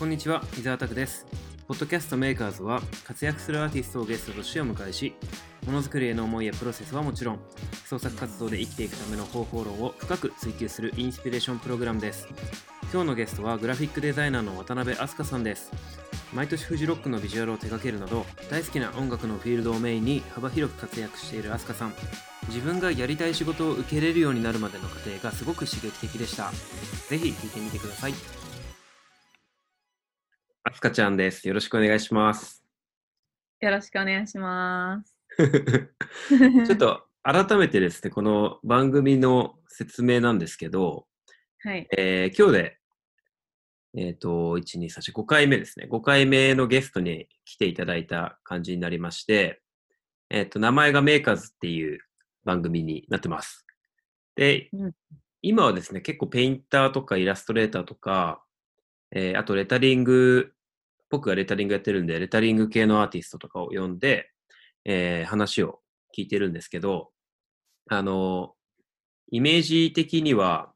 こんにちは、伊沢拓です。ポッドキャストメーカーズは活躍するアーティストをゲストとしてお迎えし、ものづくりへの思いやプロセスはもちろん、創作活動で生きていくための方法論を深く追求するインスピレーションプログラムです。今日のゲストはグラフィックデザイナーの渡辺飛鳥さんです。毎年フジロックのビジュアルを手掛けるなど、大好きな音楽のフィールドをメインに幅広く活躍している飛鳥さん。自分がやりたい仕事を受け入れるようになるまでの過程がすごく刺激的でした。ぜひ聞いてみてください。飛鳥ちゃんです。よろしくお願いします。 よろしくお願いします。 ちょっと改めてですね、この番組の説明なんですけど、 はい。 今日で、1、2、3、4、5回目ですね。5回目のゲストに来ていただいた感じになりまして、名前がメーカーズっていう番組になってます。で、 うん。 今はですね、結構ペインターとかイラストレーターとか、あとレタリング、僕がレタリングやってるんで、レタリング系のアーティストとかを呼んで、話を聞いてるんですけど、イメージ的には、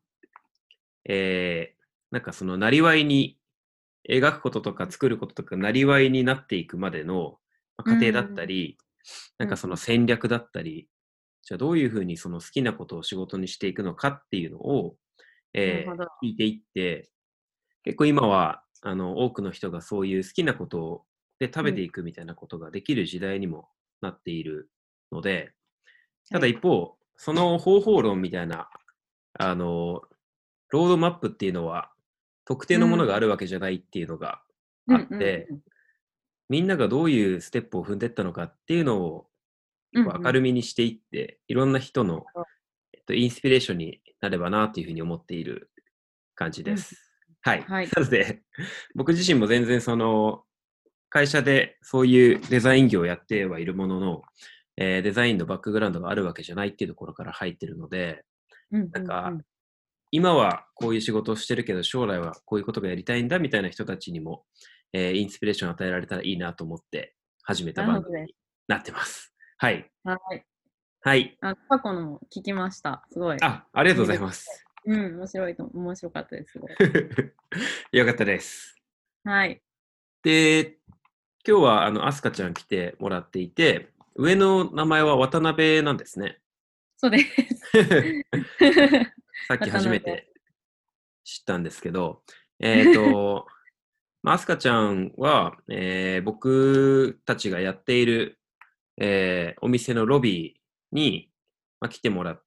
なんかその、なりわいに描くこととか作ることとか、なりわいになっていくまでの過程だったり、なんかその戦略だったり、じゃあどういうふうにその好きなことを仕事にしていくのかっていうのを、 なるほど。 聞いていって、結構今は、多くの人がそういう好きなことで食うん。 べていくみたいなことができる時代にもなっているので、たはい。 だ一方、その方法論みたいな、あの、ロードマップっていうのは、特定うん。 のものがあるわけじゃないっていうのがあうんうって、 んうん。 みんながどういうステップを踏んでったのかっていうのをうんうん。 明るみにしていって、いろんな人の、インスピレーションになればなというふうに思っている感じうん。 です。はい。 はい。 なので、僕自身も全然その、会社でそういうデザイン業をやってはいるものの、デザインのバックグラウンドがあるわけじゃないっていうところから入ってるので、 うんなんか、 うんうん。 今はこういう仕事をしてるけど、将来はこういうことがやりたいんだみたいな人たちにも、インスピレーションを与えられたらいいなと思って始めたなるほどです。 番組になってます。はい。 はい。 はい。 過去のも聞きました。すごい。 ありがとうござい興味深くて。 ます。 うん、面白かったです。すごい。 よかったです。 はい。 で、今日はアスカちゃん来てもらっていて、上の名前は渡辺なんですね。 そうです。 さっき渡辺。 初めて知ったんですけど、えっと、アスカちゃんは、僕たちがやっている、お店のロビーに、来てもらって、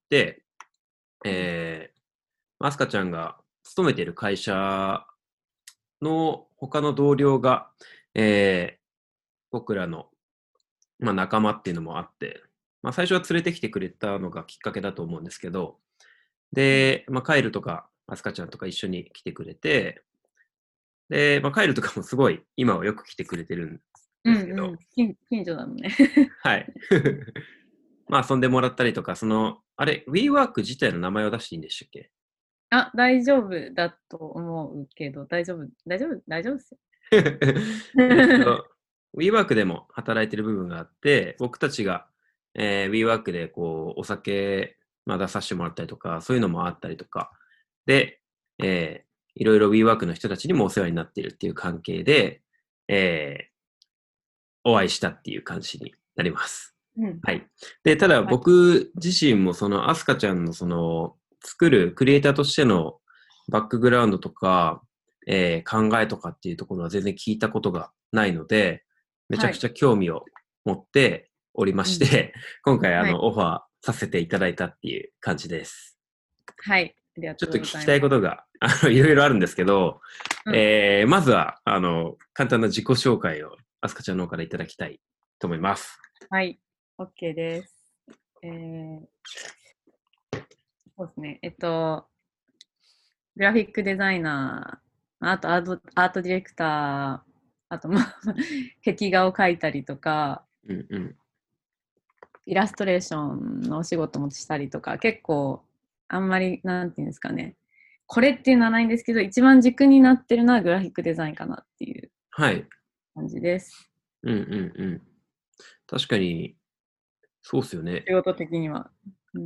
うん。 アスカちゃんが勤めている会社の他の同僚が、えー僕らの、仲間っていうのもあって、最初は連れてきてくれたのがきっかけだと思うんですけど、 うん。 で、カエルとかアスカちゃんとか一緒に来てくれて、で、カエルとかもすごい今はよく来てくれてるんうんですけど、 うん。近所だもんね。 はい。遊んでもらったりとか、その、あれ、WeWork 自体の名前を出していいんでしたっけ？ 大丈夫だと思うけど、大丈夫ですよ。 えっと、WeWork でも働いてる部分があって、僕たちが、WeWork でこう、お酒、出させてもらったりとか、そういうのもあったりとか、で、いろいろ WeWork の人たちにもお世話になっているっていう関係で、えお会いしたっていう感じになります。 うん。 はい。で、ただはい。 僕自身もそのアスカちゃんのその作るクリエイターとしてのバックグラウンドとか、考えとかっていうところは全然聞いたことがないので、めちゃはい。 くちゃ興味を持っておりまうん。 して、今回はい。 オファーさせていただいたっていう感じです。 はい。ありがちょっとうごと聞きたいざいます。 ことがいろいろあるんですけど、 うん。 まずは、簡単な自己紹介をアスカちゃんの方からいただきたいと思います。 はい。OK です。えー、そうですね。グラフィックデザイナー、あとアートディレクター、あと、壁画を描いたりとか、 うんうん。 イラストレーションのお仕事もしたりとか、結構、あんまり、なんていうんですかね。これっていうのはないんですけど、一番軸になってるのはグラフィックデザインかなっていうはい。 感じです。 うんうんうん。確かに、そうっすよね。 仕事的には。うん、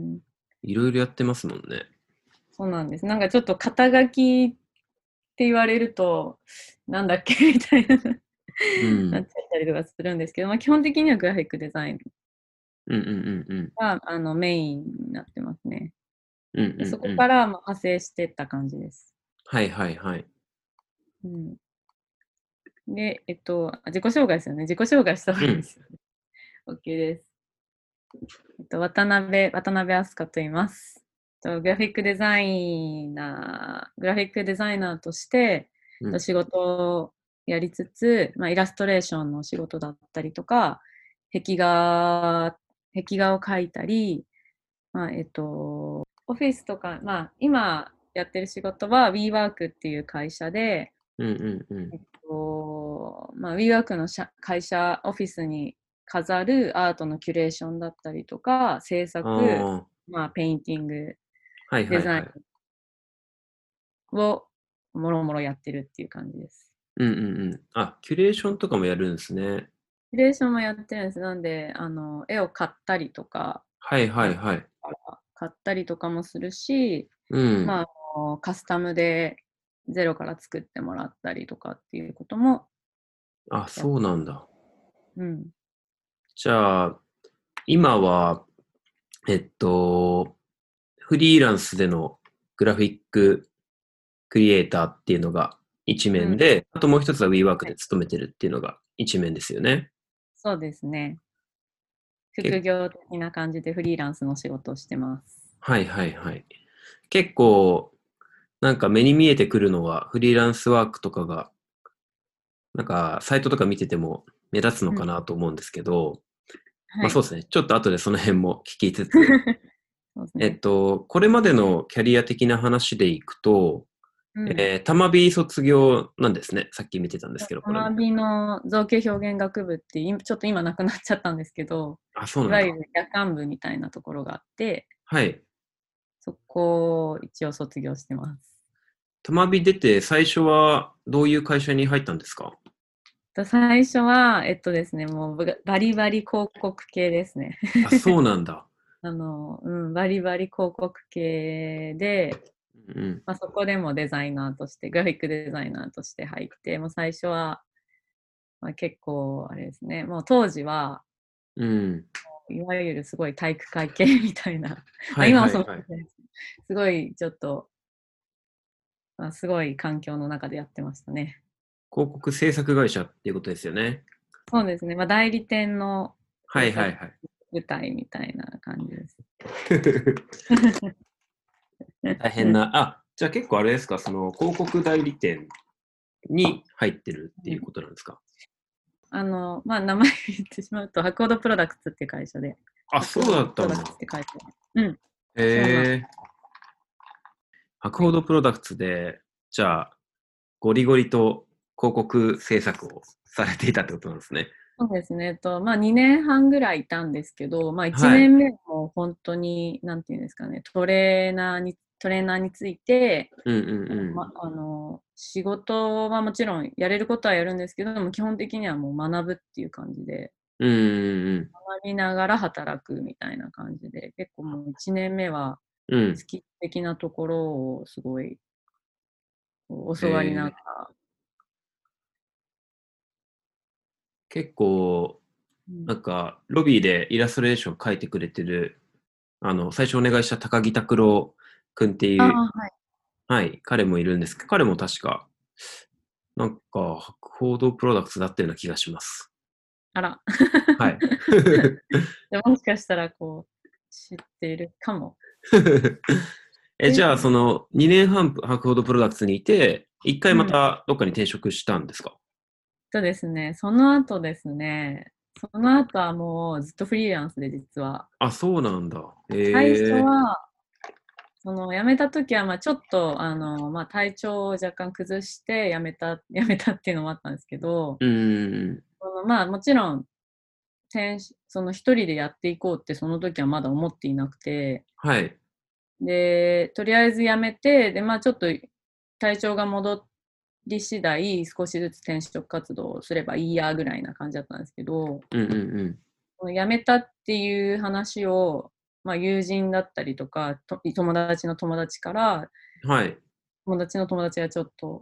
いろいろやってますもんね。 そうなんです。なんかちょっと肩書きって言われると、なんだっけみたいななっうん。 ちゃったりとかするんですけど、まあ、基本的にはグラフィックデザインうんうんうんうん。 がメインになってますね。 うんうでそんうん。 こから派生してった感じです。 はいはいはい。 うん、で、自己紹介ですよね。自己紹介した方がうん。 いいですよね。OK です。渡辺飛鳥と言います。グラフィックデザイナー、グラフィックデザイナーとして、 うん。 仕事をやりつつ、まあ、イラストレーションの仕事だったりとか、壁画、壁画を描いたり、まあ、オフィスとか、まあ、今やってる仕事は WeWork っていう会社で、 うんうんうん。 まあ、WeWork の会社、オフィスに飾るアートのキュレーションだったりとか、制あ作、 あ、 まあ、ペインティング、 はいはデザイいはい。 ンをもろもろやってるっていう感じです。 うんうんうん。あ、キュレーションとかもやるんですね。 キュレーションもやってるんです。なんで、絵を買ったりとか、 はいはあのいはい。 買ったりとかもするし、 うん。 まあ、カスタムでゼロから作ってもらったりとかっていうこともあ、 やってます。 そうなんだ。 うん。 じゃあ、今は、えっと、フリーランスでのグラフィッククリエイターっていうのが一うん。 面で、あともう一つは WeWork はい、 で勤めてるっていうのが一面ですよね。 そうですね。副け、 業的な感じでフリーランスの仕事をしてます。 はいはいはい。結構、なんか目に見えてくるのはフリーランスワークとかが、なんかサイトとか見てても目立つのうん。 かなと思うんですけど、 はい。 まあそうですね。ちょっと後でその辺も聞きつつ、 そうですね。 これまでのキャリア的な話でいくと、 うん。 たまび卒業なんですね。さっき見てたんですけど、これも。 学びの造形表現学部ってちょっと今なくなっちゃったんですけど、 あ、そうなんだ。 いわゆる夜間部みたいなところがあって、 はい。 そこを一応卒業してます。 たまび出て最初はどういう会社に入ったんですか？ 最初は、ですね、もうバリバリ広告系ですね。 あ、そうなんだ。 バリバリ広告系で、 うん。 まあ、そこでもデザイナーとして、グラフィックデザイナーとして入って、もう最初は、まあ、結構、あれですね、もう当時は、 うん。 いわゆるすごい体育会系みたいな、まあ、 はい今はその、 はいはい。 すごいちょっと、まあ、すごい環境の中でやってましたね。 広告制作会社っていうことですよね。 そうですね、まあ、代理店のは制作いはいはい。 舞台みたいな感じです。 大変な。あ、じゃあ結構あれですか、その広告代理店に入ってるっていうことなんですか？ まあ、名前言ってしまうと、博報堂プロダクツっていう会社で、 あ、そう博報堂だったんだ。 プロダクツって会社で、うん、そうなんへえ。博はい。 報堂プロダクツで、じゃあ、ゴリゴリと広告制作をされていたってことなんですね。 そうですね。まあ、2年半ぐらいいたんですけど、まあ、1 はい。 年目も本当に、なんていうんですかね、トレーナーについて、 うんうん仕事はもちろんやれることはやるんですけども、基本的にはもう学ぶっていう感じで、 うん。うんうんうん。 学びながら働くみたいな感じで、結構もう1年目は、 うん。 スキル的なところをすごいこう教わりながえー、 ら、 結構、 うん、 なんか、ロビーでイラストレーション描いてくれてる、最初お願いした高木拓郎くんってああ、 いう、 はい。 はい、彼もいるんですけど、彼も確か、なんか、博報堂プロダクツだったような気がします。 あら。 はい。 でもしかしたらこう、知っているかも。 じゃあ、 ですね。 その、2年半博報堂プロダクツにいて、一回まうん。 たどっかに転職したんですか？ ですね、その後ですね、その後はもうずっとフリーランスで実は。 あ、そうなんだ。 最初は、辞めた時は、まあちょっと、まあ体調を若干崩して辞めたっていうのもあったんですけど、 うん。 まあもちろん、一人でやっていこうってその時はまだ思っていなくて、 はい。 で、とりあえず辞めて、で、まあちょっと体調が戻り次第、少しずつ転職活動をすればいいやぐらいな感じだったんですけど、 うんうん辞めたっていう話を、まあ、友人だったりとか、友達の友達から、 うん。はい。 友達の友達がちょっと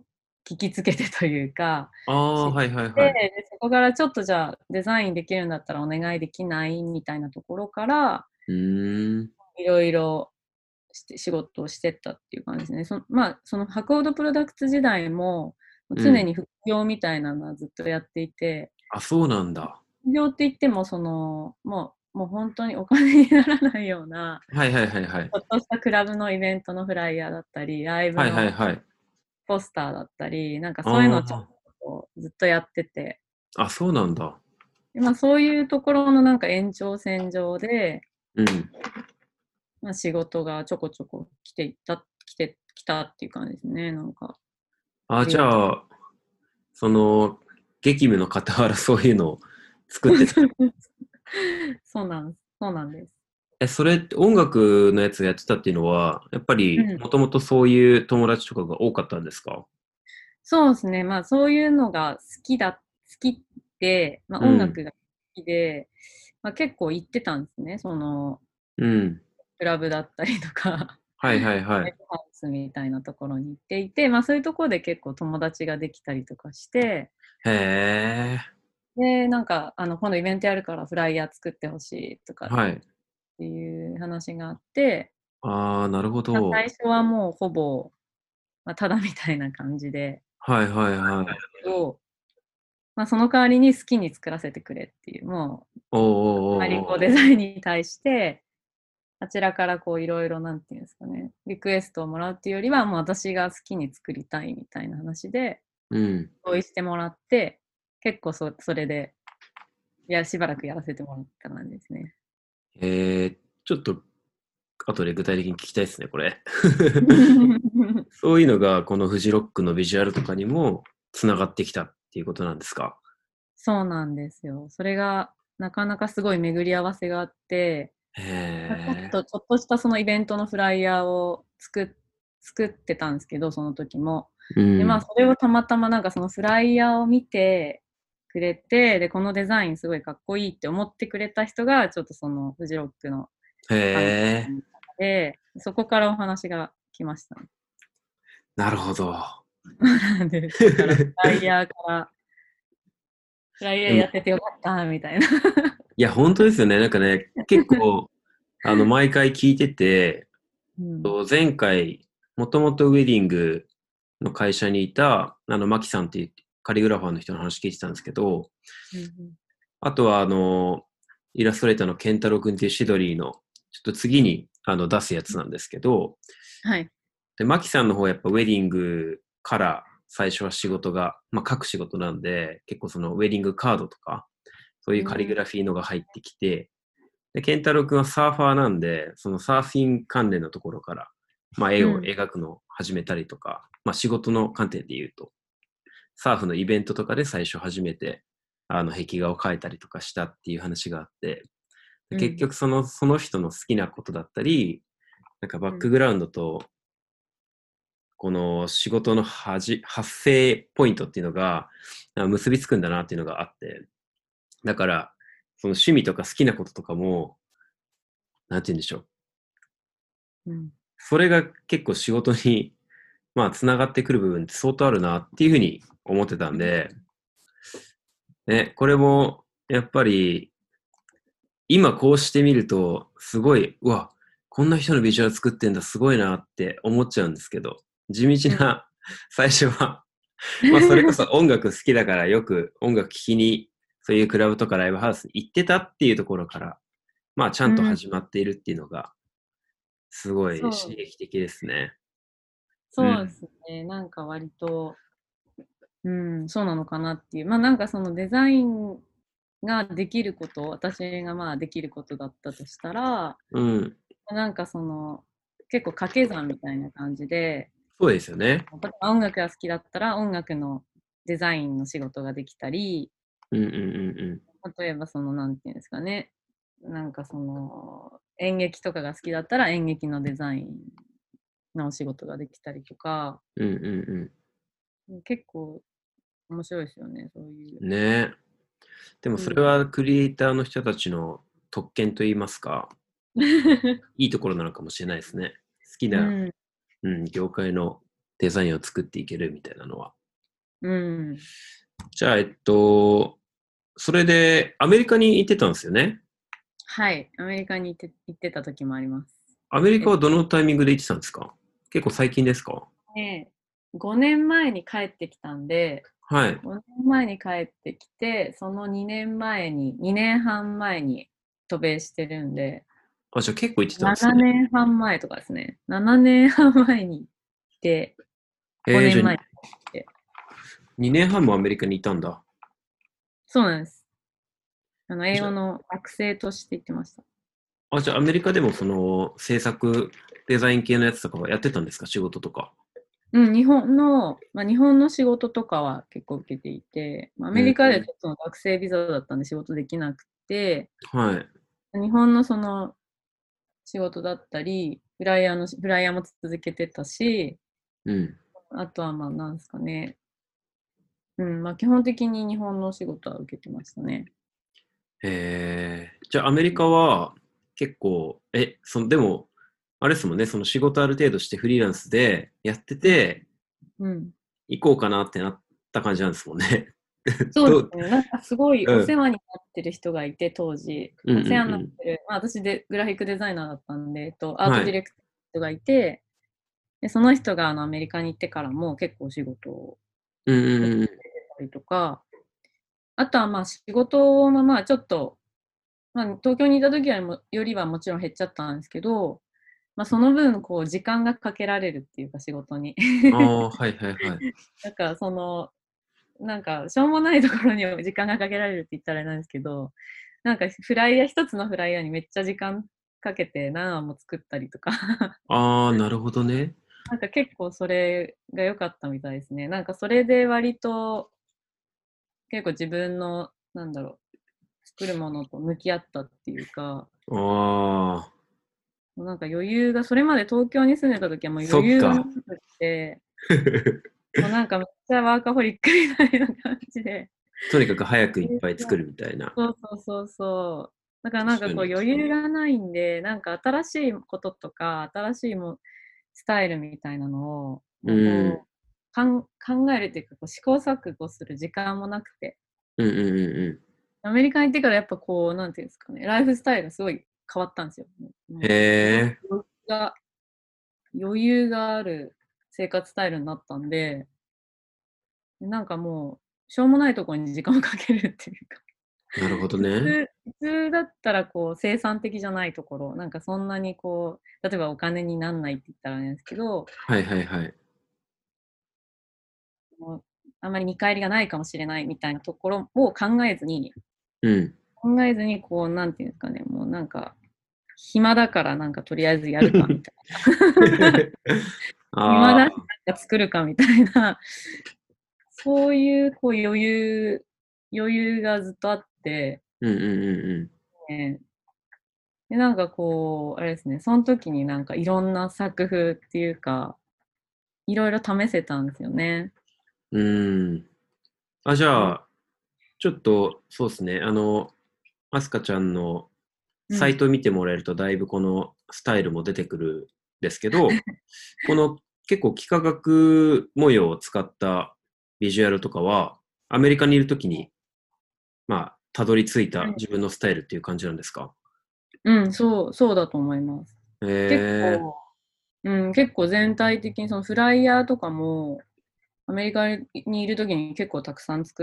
聞きつけてというか、 ああ、 知っはいはいはい。 で、そこからちょっとじゃあデザインできるんだったらお願いできないみたいなところから、 うーん。 いろいろ仕事をしてったっていう感じですね。その博報堂プロダクツ時代も、 うん。 常に副業みたいなのはずっとやっていて、 あ、そうなんだ。 副業って言っても、もう本当にお金にならないような、 はいはいはいはい。 ちょっとしたクラブのイベントのフライヤーだったり、ライブはいはいのはい。 ポスターだったり、なんかそういうのをちょっあとこうずっとやってて、 あ、あ、そうなんだ。 でそういうところのなんか延長線上で、 うん。 仕事がちょこちょこ来たっていう感じですね。なんか、ああ、じりがたい。 ゃあ、その、激務の傍らそういうのを作ってた。 そうなんです。 それって音楽のやつやってたっていうのは、やっぱり、 うん。 もともとそういう友達とかが多かったんですか？ そうですね。そういうのが好きで、 うん。 音楽が好きで、結構行ってたんですね。 うん。 クラブだったりとか、 はいはいはい。 ライブハウスみたいなところに行っていて、そういうところで結構友達ができたりとかして、 へえ。 で、なんか、今度イベントやるからフライヤー作ってほしいとかっはい。 ていう話があって、 ああ、なるほど。 最初はもうほぼ、ただみたいな感じで、 はいはいはい。 を、その代わりに好きに作らせてくれっていう、もう、 おーあまりおーおーおー。 こうデザインに対して、あちらからこういろいろなんていうんですかね、リクエストをもらうっていうよりは、もう私が好きに作りたいみたいな話で、 うん。 同意してもらって、結構それで、しばらくやらせてもらった感じですね。 ちょっと、後で具体的に聞きたいですね、これ。そういうのが、このフジロックのビジュアルとかにも、つながってきたっていうことなんですか？ そうなんですよ。それがなかなかすごい巡り合わせがあって、 へえ。 ちょっとしたそのイベントのフライヤーを作ってたんですけど、その時も。で、 うん。 それをたまたまなんかそのフライヤーを見てくれて、で、このデザインすごいかっこいいって思ってくれた人が、ちょっとそのフジロックのへファンえ。 で、そこからお話が来ましたね。 なるほど。 なんで、だからフライヤーでも、 やっててよかったみたいな。 いや、本当ですよね。なんかね、結構、毎回聞いてて、 うん。 前回、もともとウェディングの会社にいた、マキさんっていうカリグラファーの人の話聞いてたんですけど、 うんうん。 あとは、イラストレーターのケンタロウ君っていうシドリーの、ちょっと次に、出すやつなんですけど、 はい。 で、マキさんの方はやっぱウェディングから最初は仕事が、書く仕事なんで、結構そのウェディングカードとか、そういうカリグうん。 ラフィーのが入ってきて、で、ケンタロウ君はサーファーなんで、そのサーフィン関連のところから、絵をうん。 描くのを始めたりとか、仕事の観点で言うと、サーフのイベントとかで最初初めて、壁画を描いたりとかしたっていう話があって、結うん。 局その人の好きなことだったり、なんかバうん。 ックグラウンドと、この仕事の発生ポイントっていうのが結びつくんだなっていうのがあって、だから、その趣味とか好きなこととかも、なんて言うんでしょう。 うん。 それが結構仕事に、つながってくる部分って相当あるなっていうふうに思ってたんで、ね、これも、やっぱり、今こうしてみると、すごい、うわ、こんな人のビジュアル作ってんだ、すごいなって思っちゃうんですけど、地道うん。 な最初は、それこそ音楽好きだからよく音楽聴きに、そういうクラブとかライブハウスに行ってたっていうところから、ちゃんとうん。 始まっているっていうのが、すごいそう、 刺激的ですね。うそうでん。 すね。なんか割と、うん、そうなのかなっていう。なんかそのデザインができること、私ができることだったとしたら、 うん。 なんか結構掛け算みたいな感じで、 そうですよね。 例えば音楽が好きだったら音楽のデザインの仕事ができたり、 うんうんうん例えばなんていうんですかね、なんか演劇とかが好きだったら演劇のデザインのお仕事ができたりとか、 うん。うんうん結構面白いですよね、そういう。 うん。ねえ。でもそれうん。 はクリエイターの人たちの特権といいますか、いいところなのかもしれないですね。好きな、 うん。 業界のデザインを作っていけるみたいなのは。 うん。 じゃあ、それでアメリカに行ってたんですよね。 はい。アメリカに行ってた時もあります。 アメリえっカはどのタイミングで行ってたんですか？結構最近ですか？ ね、5年前に帰ってきたんで、 はい。 5年前に帰ってきて、その2年前に、2年半前に渡米してるんで、 あ、じゃあ結構行ってたんです 7 ね。 年半前とかですね。7年半前に来て、5 じゃあ年前に来て。 2年半もアメリカにいたんだ。 そうなんです。英じゃ語の学生として行ってました。 あ、じゃあアメリカでもその制作、デザイン系のやつとかはやってたんですか？仕事とか。 うん、日本の仕事とかは結構受けていて、アメリカでちょっと学生ビザだったんで仕事できなくて、 はい。 日本のその仕事だったり、フライヤーも続けてたし、 うん。 あとはなんですかね。うん、基本的に日本の仕事は受けてましたね。 じゃあアメリカは結構、でも、あれですもんね、その仕事ある程度してフリーランスでやってうん。 て、 うん。 行こうかなってなった感じなんですもんね。 そうどう、 ですね。なんかすごいうん、 お世話になってる人がいて、当時。 うん、うお世話になっん、 てる、私でグラフィックデザイナーだったんで、アートはい。 ディレクターの人がいて、で、その人がアメリカに行ってからも結構お仕事をうん、 やってうん、うん。 たりとか、あとは仕事もちょっと、東京にいた時よりはもちろん減っちゃったんですけど、その分こう時間がかけられるっていうか仕事に。 ああ、はい、はい、はい。 なんかなんかしょうもないところに時間がかけられるって言ったらあれなんですけど、なんか一つのフライヤーにめっちゃ時間かけて何案も作ったりとか、 ああ、なるほどね。 なんか結構それが良かったみたいですね。なんかそれで割と結構自分の、なんだろう、作るものと向き合ったっていうか、 ああ、 もうなんか余裕が、それまで東京に住んでた時はもう余裕がなそっか。 くて、もうなんかめっちゃワーカホリックみたいな感じで、 とにかく早くいっぱい作るみたいな。 そうそうそうそう。だからなんかこう確かに。 余裕がないんで、なんか新しいこととか、新しいスタイルみたいなのを、 うもうん。 こう、考えるっていうか、こう試行錯誤する時間もなくて、 うんうんうんアメリカに行ってからやっぱこう、なんていうんですかね、ライフスタイルがすごい変わったんですよ。 うん。へもう、 え。 が余裕がある生活スタイルになったんで、なんかもう、しょうもないところに時間をかけるっていうか、 なるほどね。 普通だったらこう生産的じゃないところ、なんかそんなにこう、例えばお金になんないって言ったらあれなんですけど、 はいはいはい。 もうあんまり見返りがないかもしれないみたいなところをうん。 こう、なんていうんですかね、もうなんか、暇だからなんかとりあえずやるかみたいな。暇だしああ。 なんか作るかみたいな、そういうこう余裕がずっとあって、 うんうんうんね、で、なんかこう、あれですね、その時になんかいろんな作風っていうか、いろいろ試せたんですよね。 うん。うん。あ、じうん。 ゃあ、ちょっと、そうですね。アスカちゃんのうん。 サイト見てもらえると、だいぶこのスタイルも出てくるんですけど、この結構幾何学模様を使ったビジュアルとかは、アメリカにいるときに、まあ、たどり着いた自分のスタイルっていう感じなんですか？ うん、そうだと思います。 へ結え。 構、結構全体的にそのフライヤーとかも、アメリカにいる時に結構たくさん作って、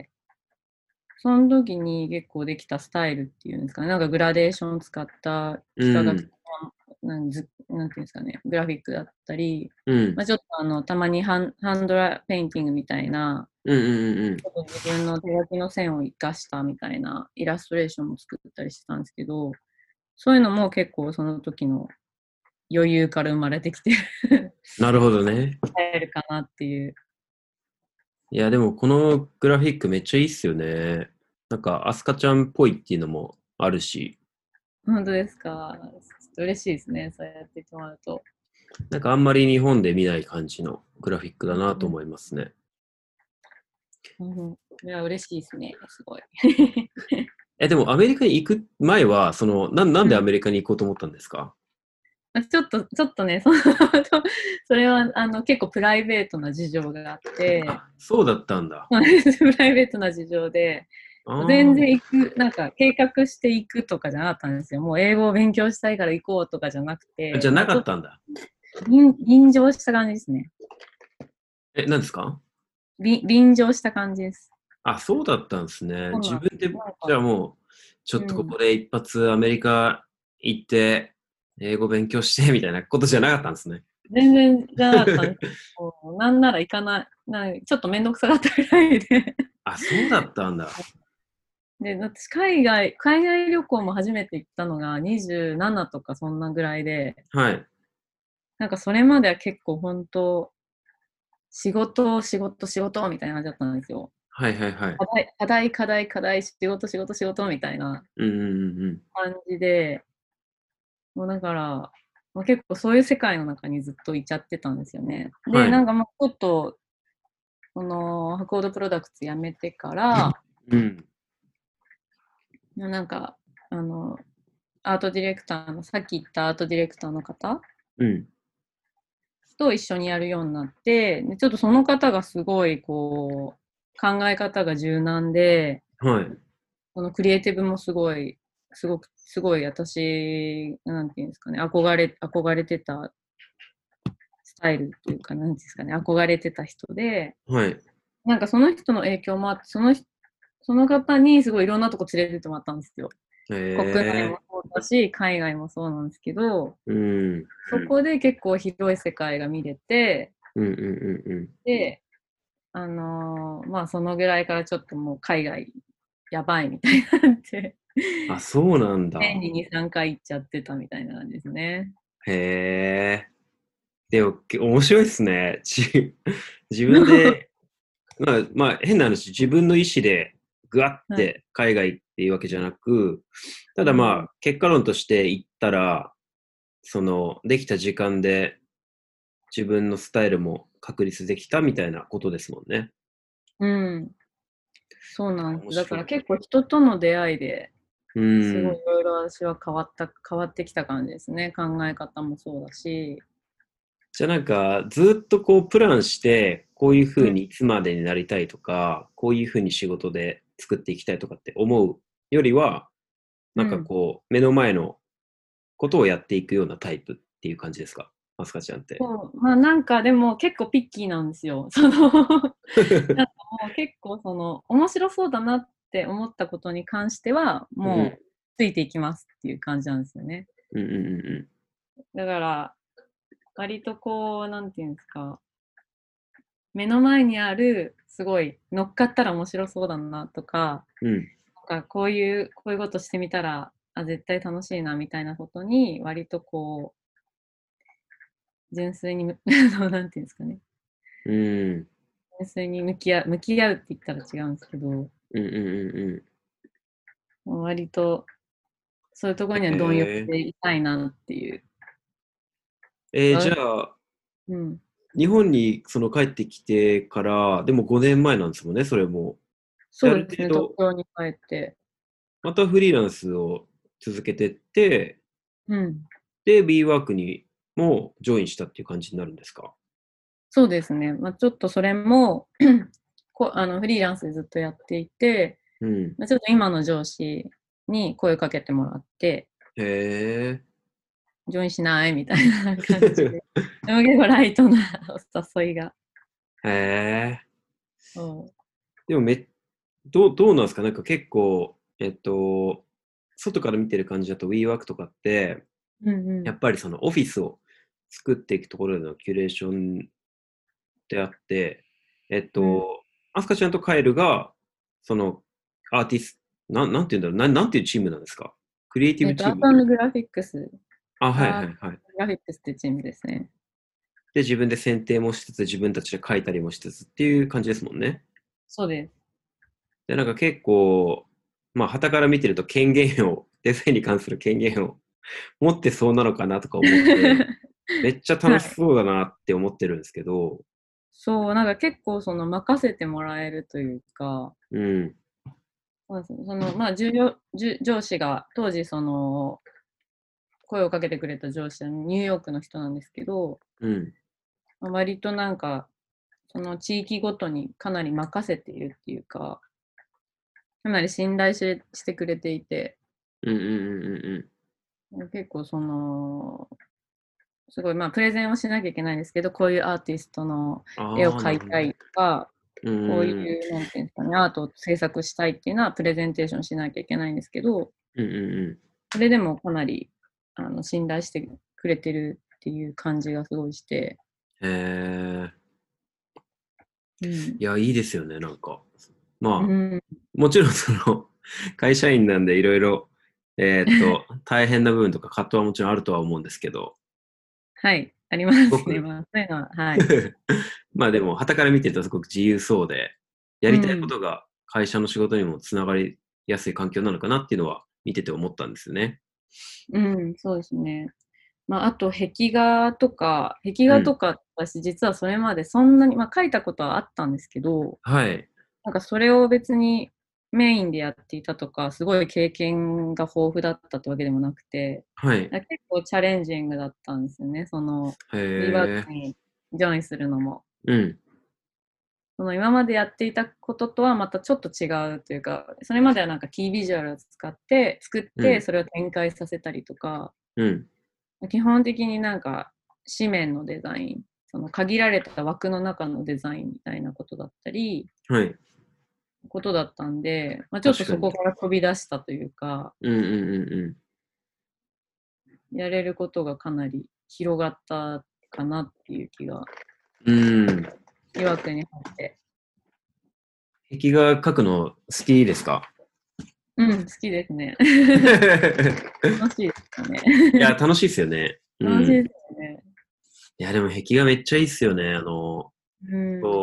その時に結構できたスタイルっていうんですかね、なんかグラデーションを使ったう幾何学的ん。 なんていうんですかね、グラフィックだったり、 うん。 ちょっとたまにハンドラペインティングみたいな、 うんうんうんうん。 ちょっと自分の手書きの線を活かしたみたいなイラストレーションも作ったりしてたんですけど、そういうのも結構その時の余裕から生まれてきてるなるほどね。 スタイルかなっていう。 いや、でもこのグラフィックめっちゃいいっすよね。なんか、アスカちゃんっぽいっていうのもあるし、 本当ですか？ちょっと嬉しいですね、そうやって言ってもらうと。 なんかあんまり日本で見ない感じのグラフィックだなとうん思いますね。 うん、いや、嬉しいですね、すごい。 でもアメリカに行く前は、なんでアうん、 メリカに行こうと思ったんですか？ ちょっとね、それは結構プライベートな事情があって、 そうだったんだ。 プライベートな事情で、全然行く、なんか計画していくとかじゃなかったんですよ。もう英語を勉強したいから行こうとかじゃなくて、 じゃなもうちょっとかったんだ。 便乗した感じですね。 何ですか？ 便乗した感じです。 そうだったんですね。 そうなんです。 自分で、 なんか、 じゃあもう、ちょっとこうん。 こで一発アメリカ行って、英語勉強してみたいなことじゃなかったんですね。 全然じゃなかったんですけど、なんなら行かない、ちょっとめんどくさかったぐらいで。 そうだったんだ。 で、私、海外旅行も初めて行ったのが27とかそんなぐらいで、 はい。 なんかそれまでは結構本当、仕事、仕事、仕事みたいな感じだったんですよ。 はいはいはい。 課題、仕事、仕事、仕事みたいなうんうんうんうん。 感じで、もうだから、もう結構そういう世界の中にずっといちゃってたんですよね。で、 はい。 なんかもうちょっと、このハコードプロダクツ辞めてから、 うん。 なんか、あの、アートディレクターの、さっき言ったアートディレクターの方うん。 と一緒にやるようになって、でちょっとその方がすごい、こう、考え方が柔軟で、 はい。 このクリエイティブもすごい私、なんていうんですかね、憧れてたスタイルっていうか、なんていうんですかね、憧れてた人で、 はい。 なんかその人の影響もあって、その方にすごいいろんなとこ連れてってもらったんですよ。国内もえそうだし、海外もそうなんですけど、 うん。 そこで結構広い世界が見れて、 うんうんうんうん。 で、まあそのぐらいからちょっともう海外やばいみたいになって、 そうなん年だ。 に2、3回行っちゃってたみたいな感じですね。 へえ。でも、面白いですね。自分で、変な話、自分の意思でぐわっはい。 て海外っていうわけじゃなく、ただうん。 結果論として言ったら、できた時間で自分のスタイルも確立できたみたいなことですもんね。 うん。そうなんです。だか面白い。 ら結構人との出会いでうすごいいん。 ろいろ私は変わってきた感じですね。考え方もそうだし。 じゃあずっとこうプランして、こういうふうん。 うにいつまでになりたいとか、こういうふうに仕事で作っていきたいとかって思うよりは、 うん。 目の前のことをやっていくようなタイプっていう感じですか、マスカちゃんって。 そう。まあなんかでも結構ピッキーなんですよ。なんかもう結構面白そうだなって思ったことに関しては、 うん。 もうついていきますっていう感じなんですよね。 うんうんうんだから、割とこう、なんていうんですか、目の前にある、すごい乗っかったら面白そうだなとか、 うん。うん。 なんかこういうことしてみたら、絶対楽しいなみたいなことに、割とこう、純粋になんていうんですかね、 うん。 純粋に向き合うって言ったら違うんですけど、もうんうんうんうん。 う割とそういうところには貪欲へでいたいなっていう。 じゃああ、 うん。 日本に帰ってきてから、でも5年前なんですもんね、それも。で、あるそうですね、東程度、 京に帰って。 またフリーランスを続けてって、 うん。 で、B ワークにもジョインしたっていう感じになるんですか？ そうですね。まあ、ちょっとそれもフリーランスでずっとやっていて、 うん。 まあ、ちょっと今の上司に声をかけてもらって、 へえ。 ジョインしないみたいな感じで。でも結構ライトなお誘いが。 へえ。 そでもどうなんですか？結構、外から見てる感じだと WeWork とかって、 う。うんうん。 やっぱりそのオフィスを作っていくところでのキュレーションであって、えっうん。 と、アスカちゃんとカエルが、そのアーティスト、なんて言うんだろう、なんていうチームなんですか？クリエイティブチアーーム？ トグラフィックス。 はいアートはいはい。 グラフィックスってチームですね。 で、自分で選定もしつつ、自分たちで書いたりもしつつっていう感じですもんね。 そうです。 で、結構、傍から見てるとデザインに関する権限を持ってそうなのかなとか思って、めっちゃ楽しはい。 そうだなって思ってるんですけど、 そう、なんか結構任せてもらえるというか、 うん、 そうですねまあ、上司が当時声をかけてくれた上司はニューヨークの人なんですけど、 うん。 割となんか、その地域ごとにかなり任せているっていうか、かなり信頼してくれていて、 うんうんうんうん結構その、すごい、まあ、プレゼンをしなきゃいけないんですけど、こういうアーティストのうん。 絵をああ、なるほどね。 描いたいとか、 うこういん。 う、なんていうんですかね、アートを制作したいっていうのはプレゼンテーションしなきゃいけないんですけど、 うんうんそれでもかなり信頼してくれてるっていう感じがすごいして、 うん。へえ。 うん。 いや、いいですよね、なんか。まあ、 うん、 もちろんその、会社員なんでいろいろ、大変な部分とか葛藤はもちろんあるとは思うんですけど、 はい、ありますね。 すごく、 まあ、そういうのは、はい。 まあでも、傍から見てるとすごく自由そうで、やりたいこうん、 とが会社の仕事にもつながりやすい環境なのかなっていうのは見てて思ったんですよね。 うん、そうですね。まあ、あと、壁うん。 画とか、私実はそれまでそんなに、まあ、描いたことはあったんですけど、 はい。 なんかそれを別にメインでやっていたとか、すごい経験が豊富だったってわけでもなくて、 はい。 結構チャレンジングだったんですよね。その、 へフリーワークえ。 にジョインするのも。 うん。 その今までやっていたこととはまたちょっと違うというか、それまではなんかキービジュアルを作って、 うん。 それを展開させたりとか、 うん。 基本的になんか紙面のデザイン、その限られた枠の中のデザインみたいなことだったり、 はい。 ことだったんで、まあ、ちょっと確かに。 そこから飛び出したというか、 うんうんうんうん。 やれることがかなり広がったかなっていう気が、 うん。 岩手に入って。 壁画描くの好きですか？ うん、好きですね。楽しいですよね。 いや、楽しいですよね。うん。 楽しいですよね。 いや、でも壁画めっちゃいいっすよね。 うん。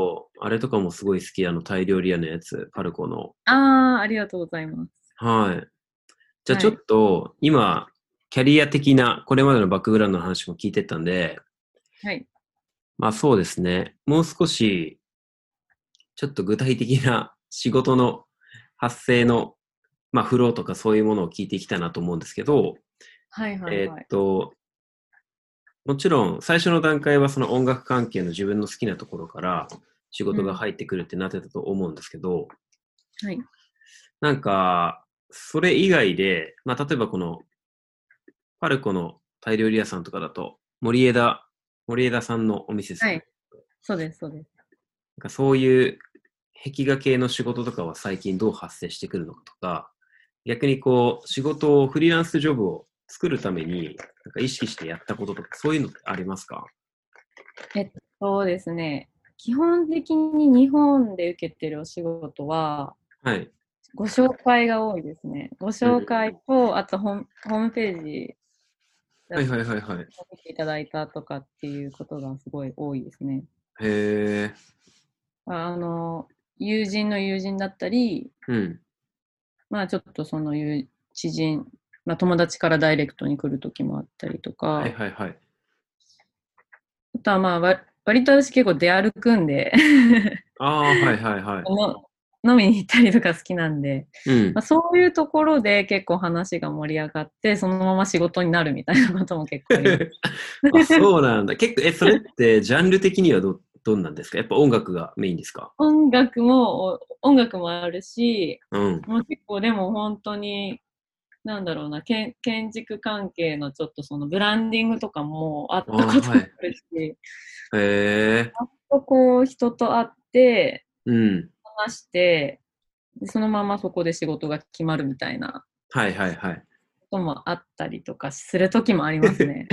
そう、あれとかもすごい好き。タイ料理屋のやつ、パルコの。 ああ、ありがとうございます。 はい。じゃあちょっはい。 と、今、キャリア的な、これまでのバックグラウンドの話も聞いてったんで、 はい。 まあそうですね。もう少し、ちょっと具体的な仕事の発生の、まあフローとかそういうものを聞いていきたいなと思うんですけど、 はいはいえーっはい。 と、もちろん最初の段階はその音楽関係の自分の好きなところから仕事がうん。 入ってくるってなってたと思うんですけど、 はい。 なんか、それ以外で、まあ例えばこのパルコのタイ料理屋さんとかだと、森枝さんのお店ですかね。 はい。そうです、そうです。 なんかそういう壁画系の仕事とかは最近どう発生してくるのかとか、逆にこう、仕事を、フリーランスジョブを作るために、なんか意識してやったこととか、そういうのってありますか？ えっそうですね。基本的に日本で受けてるお仕事は、 はい。 ご紹介が多いですね。ごうんうん紹介うん。 と、あとホームページだはいはいはいはい。 見ていただいたとかっていうことがすごい多いですね。 へえ。 あの、友人の友人だったり、 うん。 まあちょっとその知人、まあ友達からダイレクトに来る時もあったりとはいか、 はいはい。 あとはまあ割と私結構出歩くんでああ、はいはいはい。 の飲みに行ったりとか好きなんで、 うん。 まあ、そういうところで結構話が盛り上がって、そのまま仕事になるみたいなことも結構あります。 あ、そうなんだ。結構、それってジャンル的にはどんなんですか？やっぱ音楽がメインですか？ 音楽もあるし、 うん。 もう結構でも本当に、なんだろうな、建築関係のちょっとそのブランディングとかもあっああ、 たこともはい。 あるし、 へえ。 こう人と会ってうん。 話して、でそのままそこで仕事が決まるみたいなはいはいはい。 こともあったりとかする時もありますね。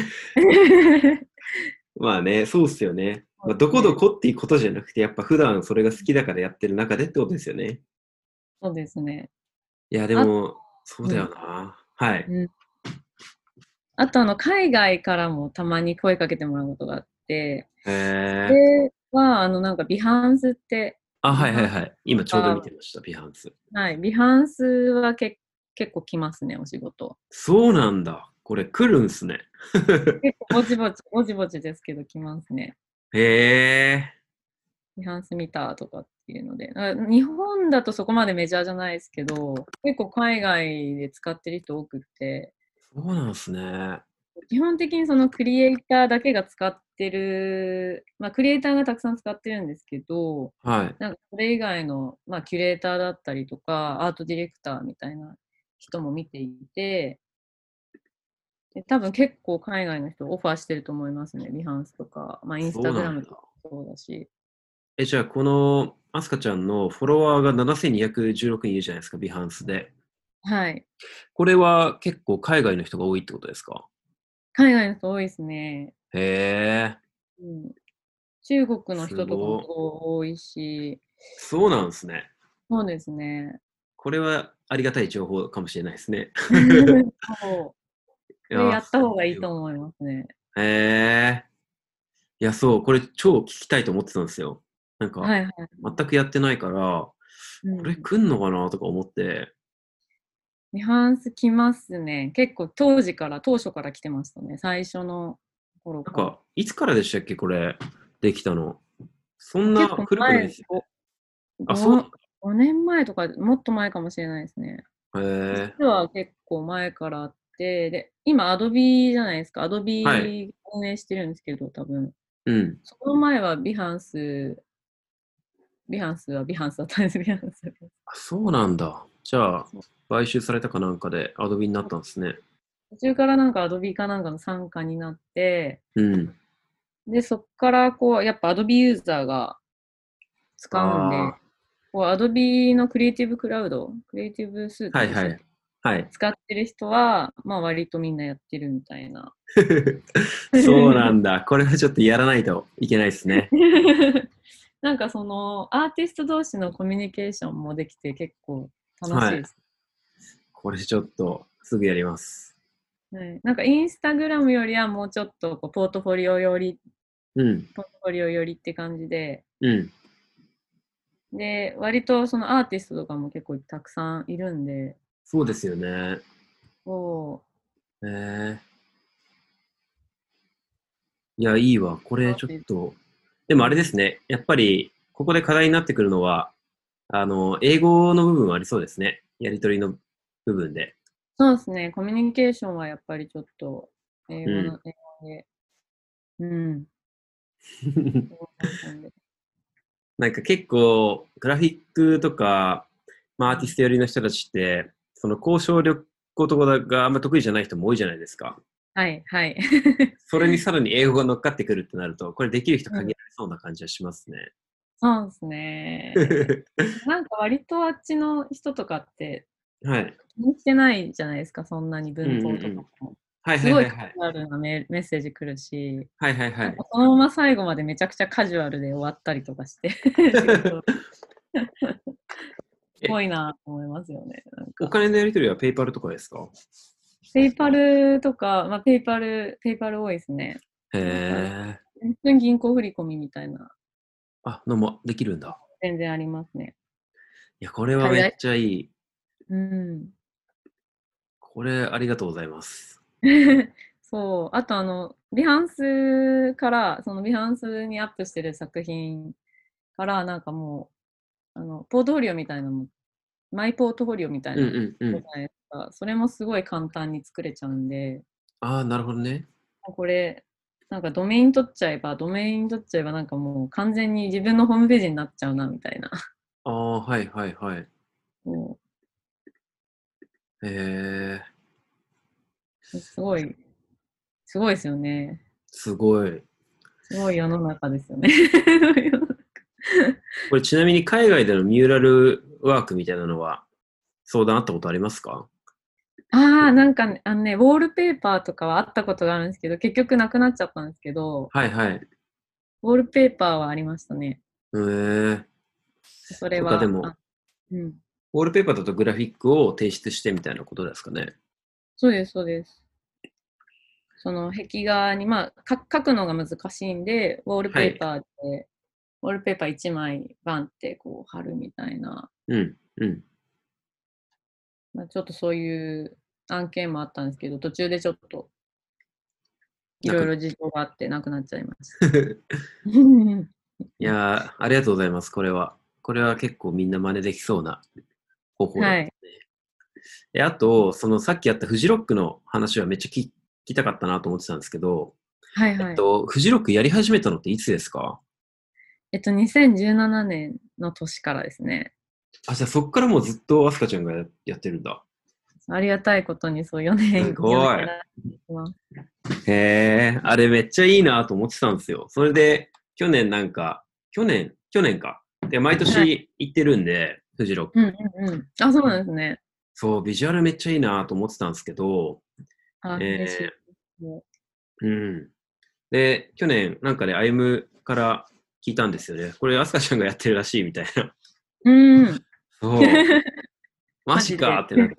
まあね、そうっすよね。 そうまあ、どこどですね。 こっていうことじゃなくて、やっぱ普段それが好きだからやってる中でってことですよね。 そうですね。 いや、であ、 も、そうだようん、 な。はい。 うん。あと海外からもたまに声かけてもらうことがあって、 へえ。 では、なんかビハンスって、 あ、 ビハンスはいはいはい。今ちょうど見が、 てました、ビハンス。 はい、ビハンスは結構来ますね、お仕事。 そうなんだ。これ来るんすね。 結構ぼちぼちですけど来ますね。 へえ。 ビハンス見たとかっていうので。日本だとそこまでメジャーじゃないですけど、結構海外で使ってる人多くって、 そうなんすね。 基本的にそのクリエイターだけが使ってる、まあ、クリエイターがたくさん使ってるんですけど、 はい。 なんかそれ以外の、まあ、キュレーターだったりとか、アートディレクターみたいな人も見ていて、で多分結構海外の人オファーしてると思いますね。ビハンスとか、まあ、インスそうなんだ。 タグラムとかそうだし。 じゃあこのアスカちゃんのフォロワーが7216人いるじゃないですか、ビハンスで。 はい。 これは結構海外の人が多いってことですか？ 海外の人多いですね。 へえ、 うん、中国のす人とかもごい。 多いし、 そうなんですね。 そうですね。 これはありがたい情報かもしれないですね。 そう。 いやー、 これやった方がいいすごいと思いますね。 わ。へえ。いや、そう、これ超聞きたいと思ってたんですよ。なんか、 はいはい。 全くやってないから、これうん。 来んのかなとか思って、 ニュアンスきますね。結構当初から来てましたね。最初の頃から。 なんか、いつからでしたっけ、これ、できたの。そんな結構前、 古くないですよね。あ、そう 5、5年前とか、もっと前かもしれないですね。 なんだ。へえ。 実は結構前からあって、で、今、アドビじゃないですか。アドはい。 ビ運営してるんですけど、多分。 うん。 その前はビハンスだったんです、ビハンス。 あ、そうなんだ。じゃあ、 そう、 買収されたかなんかでアドビになったんですね。 途中からなんかアドビかなんかの参加になって、 うん。 で、そっからこう、やっぱアドビユーザーが使うんで、 あこう、アドビのクリエイティブクラウド、クリエイティブスーあ、はいはい。 ツでしたっけ、 はい。 使ってる人は、まあ割とみんなやってるみたいな。 そうなんだ。これはちょっとやらないといけないですね。 なんかそのアーティスト同士のコミュニケーションもできて結構楽しいはい。 です。 これちょっとすぐやります。 はい、なんかインスタグラムよりはもうちょっとこううん。 ポートフォリオ寄りって感じで、 うん。 で、割とそのアーティストとかも結構たくさんいるんで、 そうですよね。 そえー、いや、いいわ。これちょっう、 と。でもあれでうん、 すね。やっぱり、ここで課題になってくるのは、英語の部分はありそうですね。やりとりの部分で。 そうですね、コミュニケーションはやっぱりちょっとうん。 英語で、うん、英語の本で。 なんか結構、グラフィックとか、まあ、アーティスうん、 ト寄りの人たちって、その交渉力とかがあんま得意じゃない人も多いじゃないですか。 はい、はい。 それにさらに英語が乗っかってくるってなると、これできる人うん、 限られそうな感じはしますね。 そうですね。なんか割とあっちの人とかってはい。 気にしてないじゃないですか、そんなにうんう文法とかんうん。 も。 はいすごいカはいはいはい。 ジュアルなメッセージ来るし、 はいはいはい。 なんかそのまま最後までめちゃくちゃカジュアルで終わったりとかして仕事すごえ、 いなと思いますよね。なんか。 お金のやり取りはペイパルとかですか？ ペイパルとか、まあ、ペイパル多いですね。 へペイパル。 え。 普通に銀行振り込みみたいな、 あ、のもできるんだ。 全然ありますね。 いや、これはめっ海外。 ちゃいい。 うん。 これありがとうございます。 そう。あとビハンスから、そのビハンスにアップしてる作品から、なんかもう、ポートフォリオみたいなの、マイポートフォリオみたいうんな、 うんうん。 じゃないですか。それもすごい簡単に作れちゃうんで、 ああ、なるほどね。 これ、なんかドメイン取っちゃえばなんかもう完全に自分のホームページになっちゃうな、みたいな。 ああ、はいはいはい。 もへえ、 う、すごいですよね。 すごい。 すごい世の中ですよね。 これちなみに海外でのミューラルワークみたいなのは相談あったことありますか？ ああ、なんかね、ウォールペーパーとかはあったことがあるんですけど、結局なくなっちゃったんですけど、 はいはい。 ウォールペーパーはありましたね。 へえ。そっか、でそれは、 も、 うん。 ウォールペーパーだとグラフィックを提出してみたいなことですかね。 そうです、そうです。その壁画に、まあ、書くのが難しいんで、 はい。 ウォールペーパー1枚バンってこう貼るみたいな、 うん、うん。 まあ、ちょっとそういう案件もあったんですけど、途中でちょっといなくろいろ事情があってなくなっちゃいました。 いやー、ありがとうございます、これは。これは結構みんな真似できそうな方法だ。 はい。 あと、そのさっきやったフジロックの話はめっちゃきたかったなと思ってたんですけど、 はいはい。 フジロックやり始めたのっていつですか？ 2017年の年からですね。 あ、じゃあそっからもうずっとアスカちゃんがやってるんだ。 ありがたいことにそうす 4 ごい。 年やらせてます。 へえ、あれめっちゃいいなと思ってたんですよ。それで、去年か。で、毎はい。 年行ってるんで、フジロッうんク。 うんうん。あ、そうなんですね。 そう、ビジュアルめっちゃいいなと思ってたんですけど、 あ、嬉しいえです。 うん。で、去年、なんかね、歩夢から聞いたんですよね。これ、アスカちゃんがやってるらしいみたいな。 うん。 そう、ママジで。 ジかってなって。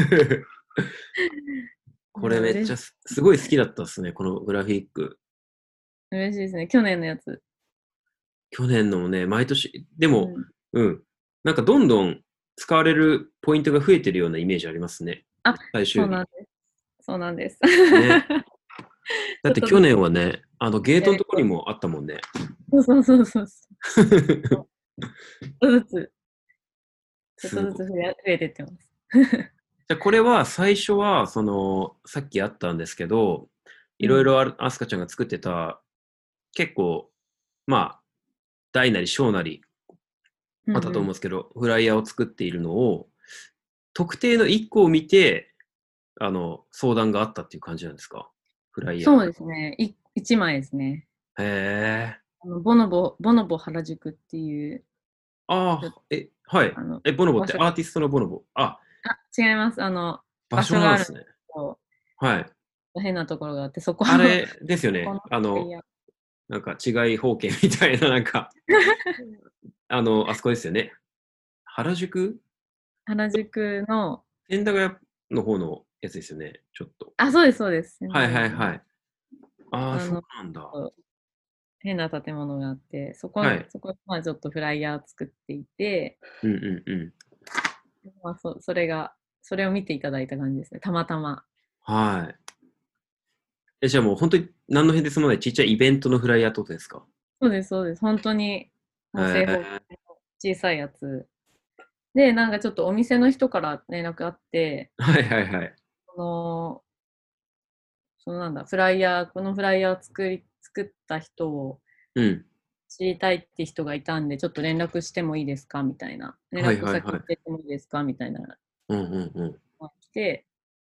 これいや、嬉しい。 めっちゃすごい好きだったっすね、このグラフィック。 嬉しいですね。去年のやつ。 去年のもね、毎年、でも、 うん。 うん、なんかどんどん使われるポイントが増えてるようなイメージありますね。 あ、 最終日。 そうなんです。そうなんです。 ね。だって去ちょっとずつ年はね、ゲートのとこやると。 にもあったもんね。 そうそうそうそう。ちょっとずつ、ちょっとすごい。 ずつ増えてってます。 じゃあこれは最初は、さっきあったんですけど、いろいうん。 ろアスカちゃんが作ってた、結構、まあ、大なり小なりあったと思うんうんうん。 ですけど、フライヤーを作っているのを、特定の1個を見て、相談があったっていう感じなんですか？フライヤー。 そうですね。1枚ですね。 へえ。 ボノボ原宿っていう、ちょっとああ、はい。 あの、 ボノボっ場所が、 てアーティストのボノボ。あ、 あ、違います。 場所場所があるんですなんですね。 けど、 はい。 変なところがあって、そこあの、 れですよね。 そこのフライヤー。 なんか違い方形みたいな、なんか、あそこですよね。原宿原宿の、 千駄ヶ谷の方のやつですよね。ちょっと。 あ、そうです、そうです。仙はい台の、 はいはい。ああ、そうあの、 なんだ。 変な建物があって、 はい。 そこ、まあちょっとフライヤー作っていて、 うんうんうん。 まあそれを見ていただいた感じですね。たまたま。 はい。じゃあもう本当に何の変哲もないちっちゃいイベントのフライヤーってことですか？ そうです、そうです。本当に、もう正方形えの小さいやつ。で、なんかちょっとお店の人から連絡あって、 はいはいはい。 その、なんだ、フライヤー、このフライヤーを作った人をうん。 知りたいって人がいたんで、ちょっと連絡してもいいですかみたいな。連はい絡はいはい。 先教えてもいいですかみたいなのうんうんうん。 が来て、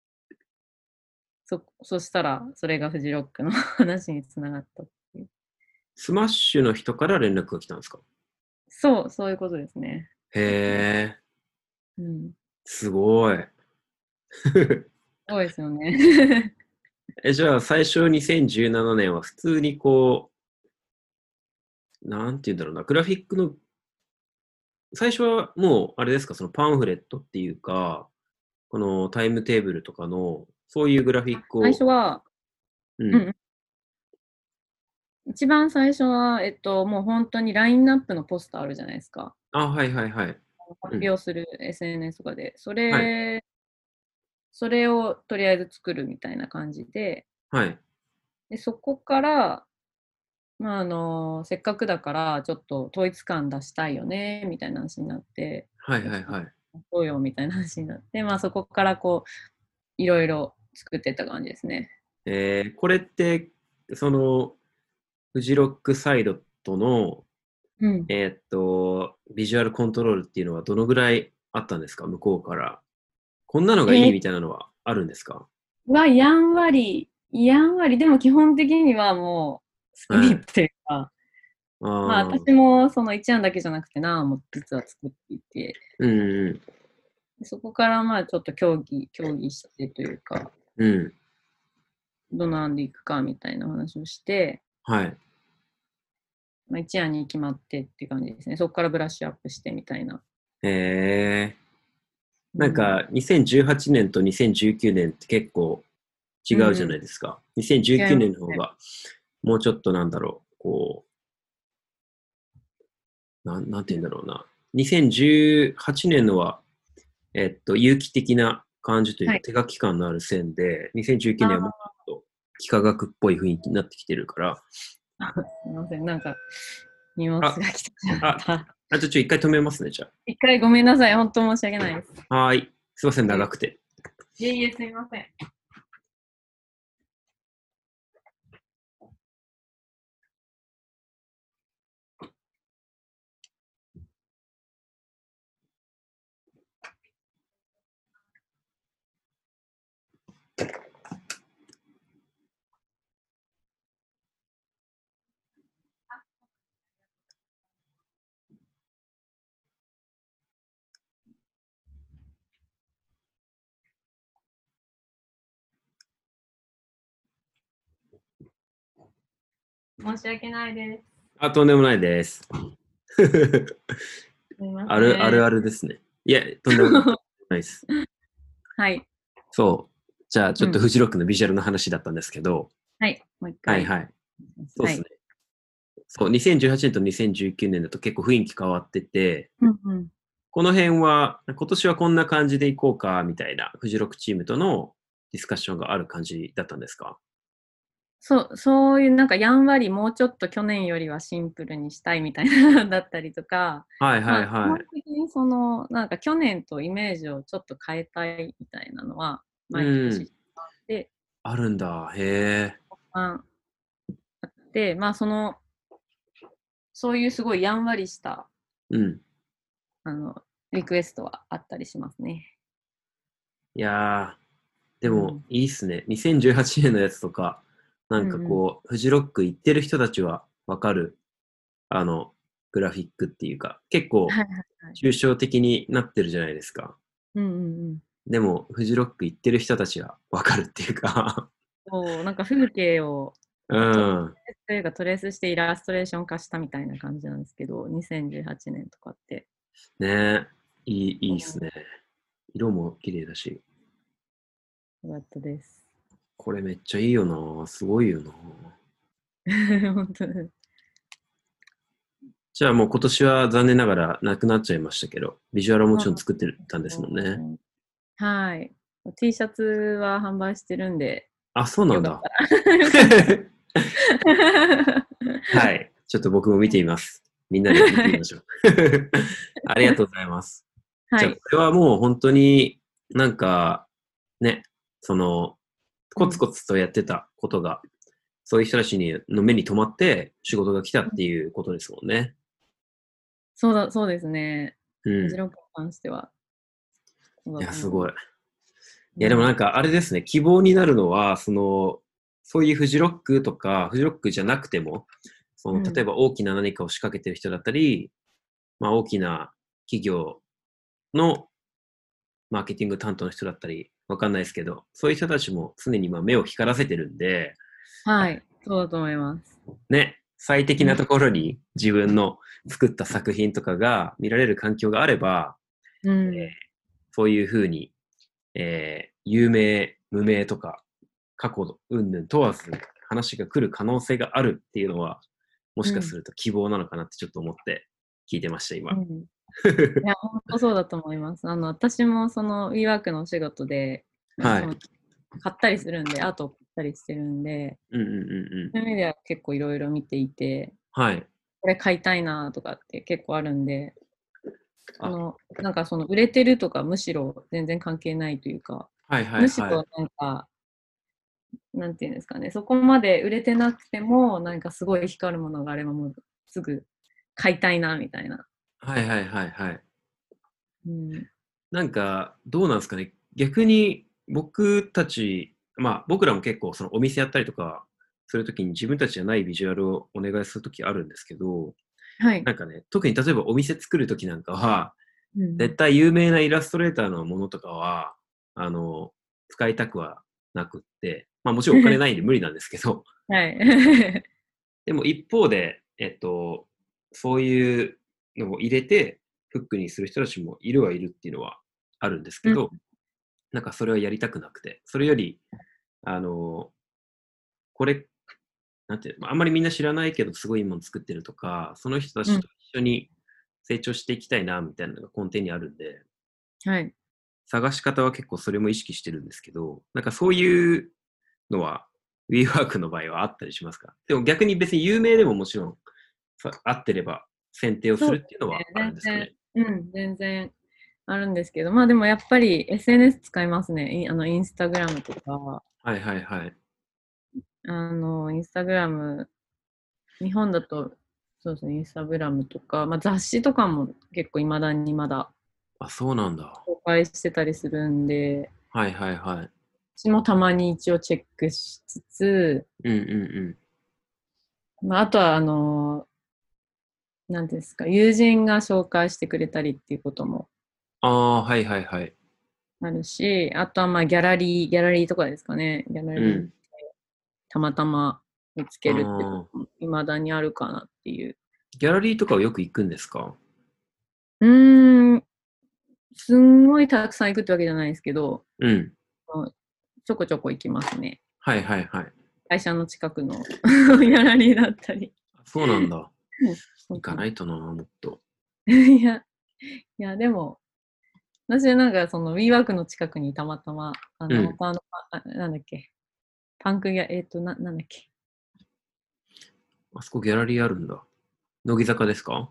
そしたら、それがフジロックの話につながったっていう。 スマッシュの人から連絡が来たんですか？ そういうことですね。 へえ、 うん。 すごい。 すごいですよね。 じゃあ最初2017年は普通にこう、なんて言うんだろうな、グラフィックの、最初はもうあれですか、そのパンフレットっていうか、このタイムテーブルとかの、そういうグラフィック最初を、 は、 うん。 うん、一番最初は、もう本当にラインナップのポスターあるじゃないですか。 あ、はいはいはい。 発うん。 表する SNS とかで。 はい。 それをとりあえず作るみたいな感じで、 はい。 そこから、まあ、せっかくだからちょっと統一感出したいよねみたいな話になって、 はいよし、 はいはい。 そうよみたいな話になって、まあ、そこからこういろいろ作っていった感じですね。 これって、その、フジロックサイドとの、 うん。 ビジュアルコントロールっていうのはどのぐらいあったんですか？向こうから。こんなのがいいえみたいなのはあるんですか？ やんわり、でも基本的にはもう好きにっはい。 ていうか、 あまああ、 私もその1案だけじゃなくて何案も実は作っていて、 うんうんそこからまあちょっと協議してというか、 うん。うん。 どの案でいくかみたいな話をして、 はい。 まあ、1案に決まってっていう感じですね。そこからブラッシュアップしてみたいな。 えうん。 なんか2018年と2019年って結構違うじゃうんうん。 ないですか。2019 違いますね。 年の方がもうちょっとなんだろう、こなんて言うんだろうな。2018年のは、有機的な感じというかはい。 手書き感のある線で、2019年はもうちあょっと幾何学っぽい雰囲気になってきてるから、 あ、すみません。なんか荷物があ、 来てしまっあ、 た。 一回止めますね、じゃ一回ごめんなさい。本当申し訳ないです。 あ。はーい。すいません、長くて。 いえいえ、すみません。 申し訳ないです。 あ、とんでもないです。 すみませあるあるん。 あるですね。いや、とんでもないです。 はい。 そう。じゃあ、ちょっとうん。 フジロックのビジュアルの話だったんですけど、 はい。もう一回。 はいはい。そうですね。 はい。 そう、2018年と2019年だと結構雰囲気変わってて、 うんうん。 この辺は、今年はこんな感じでいこうか、みたいな、フジロックチームとのディスカッションがある感じだったんですか？ そういうなんかやんわりもうちょっと去年よりはシンプルにしたいみたいなだったりとか、 はいはまあ、基本いはい。 的にそのなんか去年とイメージをちょっと変えたいみたいなのはう毎年ん。 あって、 あるんだ。へえ。 あで、まあそういうすごいやんわりしたうん。 あのリクエストはあったりしますね。 いやー、でも、 うん。 いいっすね。2018年のやつとか、なんかうんうん。 こう、フジロック行ってる人たちはわかる、あの、グラフィックっていうか、結構、 はいはいはい。 抽象的になってるじゃないですか。 うんうんうん。 でも、フジロック行ってる人たちはわかるっていうか。 そう、なんか風景をうちょっとん。 というかトレースしてイラストレーション化したみたいな感じなんですけど、2018年とかって。 ねえ。いいっすそね。色も綺麗だし。 うよかったです。 これめっちゃいいよな。すごいよな。 本当です。 じゃあもう今年は残念ながらなくなっちゃいましたけど、ビジュアルはもちろん作ってたんですもんね。 はい。T シャツは販売してるんで、 あ、そうなんだ。 よかったら。よかったら。 はい。ちょっと僕も見てみます。みんなで見てみましょう。ありがとうございます。じゃあ、こはい。 れはもう本当になんか、ね、その、コツうん。 コツとやってたことが、そういう人たちの目に留まって仕事が来たっていうことですもんね。 そうですね。 うん。 フジロックに関しては、そういや、 だと思います。 すごい。いや、でもなんうん。 かあれですね、希望になるのは、そういうフジロックとか、フジロックじゃなくても、例えうん。 ば大きな何かを仕掛けてる人だったり、まあ大きな企業のマーケティング担当の人だったり、わかんないですけど、そういう人たちも常にまあ目を光らせてるんで、 はい。そうだと思います。 ね、最適うん。 なところに自分の作った作品とかが見られる環境があれば、 うん。 そういうふうに、有名、無名とか、過去云々問わず話が来る可能性があるっていうのは、もしかすうん。 ると希望なのかなってちょっと思って聞いてました、今。 うん。いや、本当そうだと思います。私もその WeWork のお仕事で、 はい。 その買ったりするんで、アートを買ったりしてるんで、 うんうんうんうん。 そういう意味では結構いろいろ見ていて、 はい。 これ買いたいなとかって結構あるんで、 あ、 なんかその売れてるとかむしろ全然関係ないというか、 はいはいはい。 むしろなんか、なんていうんですかね、そこまで売れてなくても、なんかすごい光るものがあればもうすぐ買いたいなみたいな。 はいはいはいはい。 うん。 なんか、どうなんですかね。逆に僕たち、まあ僕らも結構そのお店やったりとかするときに自分たちじゃないビジュアルをお願いするときあるんですけど、 はい。 なんかね、特に例えばお店作るときなんかは、 うん。 絶対有名なイラストレーターのものとかは、あの、使いたくはなくって、まあもちろんお金ないんで無理なんですけど、 はい。 でも一方で、そういうのを入れてフックにする人たちもいるはいるっていうのはあるんですけうん。 ど、なんかそれはやりたくなくて、それより、あの、これ、なんていうの、あんまりみんな知らないけどすごいいいもの作ってるとか、その人たうん。 ちと一緒に成長していきたいな、みたいなのが根底にあるんで、 はい。 探し方は結構それも意識してるんですけど、なんかそういうのは WeWork の場合はあったりしますか？でも逆に別に有名でももちろん合ってれば選定をすそうでるっていうのはすね。 あるんですかね。 全然あるんですけど、まあでもやっぱり SNS 使いますね。インスタグラムとか、 はいはいはい。 インスタグラム、日本だと、そうですね、インスタグラムとか、まあ雑誌とかも結構未だにまだあ、そうなんだ。 公開してたりするんで、 はいはいはい。 私もたまに一応チェックしつつ、 うんうんまあ、あとは、なんていうんですか、友人が紹介してくれたりっていうこともああ、はいはいはい。 あるし、あとはまあギャラリーとかですかね。ギャラリーうん。 たまたま。 見つけるってことも未だにあるかなっていう。 ギャラリーとかはよく行くんですか？ すんごいたくさん行くってわけじゃないですけど、 うん。 ちょこちょこ行きますね。 はいはいはい。 会社の近くのギャラリーだったり。 そうなんだ。 うん行かないとな、もっと。 いや、でも、私はなんかその WeWork の近くにたまたま、 うん。 なんだっけ、パンクギャ、なんだっけ。 あそこギャラリーあるんだ。乃木坂ですか？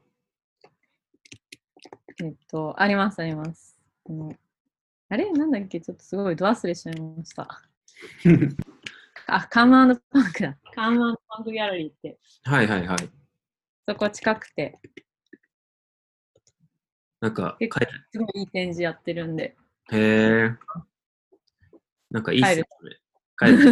あります、あります。あれなんだっけちょっとすごいド忘れしちゃいました。カンマンパンクだ。カンマンパンクギャラリーって。 はいはいはい。 そこ近くて、 なんか、 結構すごいいい展示やってるんで。 へえ。なんかいいっすね。帰る。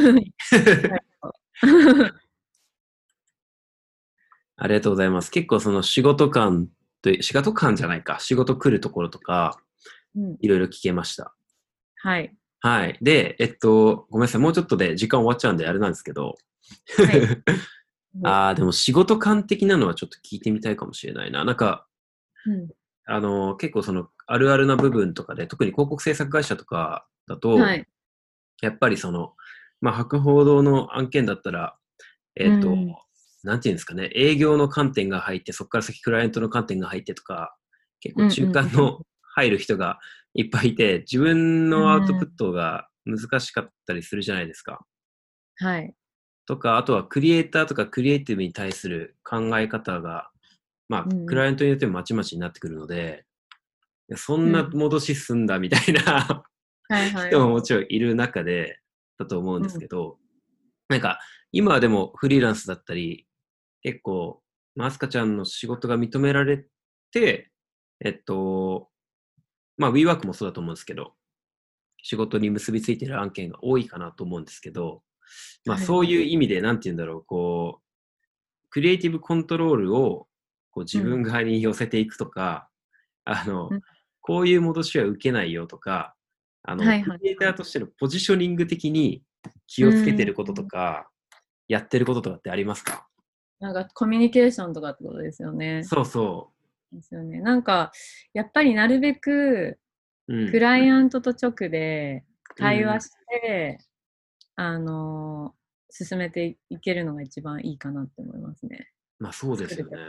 ありがとうございます。結構その仕事感仕事感じゃないか。仕事来るところとか、いろいろ聞けました。 はい。 はい。で、ごめんなさい。もうちょっとで時間終わっちゃうんであれなんですけど。はい、でも仕事感的なのはちょっと聞いてみたいかもしれないな。なんか、結構そのあるあるな部分とかで、特に広告制作会社とかだと、 はい、 やっぱりその、博報堂の案件だったら、なんていうんですかね、営業の観点が入って、そこから先クライアントの観点が入ってとか、結構中間の入る人がいっぱいいて、自分のアウトプットが難しかったりするじゃないですか。 はい。 とか、あとはクリエイターとかクリエイティブに対する考え方が、クライアントによってもまちまちになってくるので、そんな戻しすんだみたいな人ももちろんいる中で、だと思うんですけど、なんか、今はでもフリーランスだったり、結構、アスカちゃんの仕事が認められて、WeWork もそうだと思うんですけど、仕事に結びついている案件が多いかなと思うんですけど、そういう意味で、なんて言うんだろう、こう、クリエイティブコントロールをこう自分側に寄せていくとか、こういう戻しは受けないよとか、クリエイターとしてのポジショニング的に気をつけてることとか、やってることとかってありますか？ なんかコミュニケーションとかってことですよね。 そうそう。 ですよね。なんか、やっぱりなるべく、クライアントと直で対話して、進めていけるのが一番いいかなって思いますね。 そうですよね。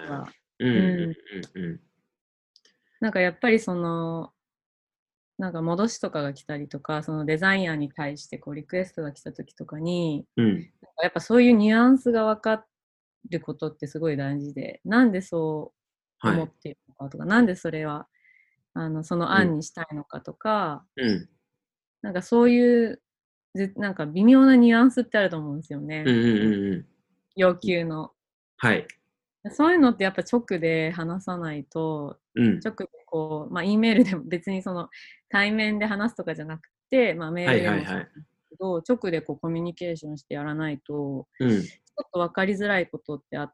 なんかやっぱりその、なんか戻しとかが来たりとか、そのデザイナーに対してこうリクエストが来た時とかに、やっぱそういうニュアンスが分かることってすごい大事で、なんでそう思っているのかとか、なんでそれはその案にしたいのかとか、なんかそういうなんか微妙なニュアンスってあると思うんですよね。要求の。 はい。 そういうのってやっぱ直で話さないと、直でこう、E メールでも別にその対面で話すとかじゃなくて、メールでもそうですけど、直でこうコミュニケーションしてやらないと、ちょっと分かりづらいことってあって、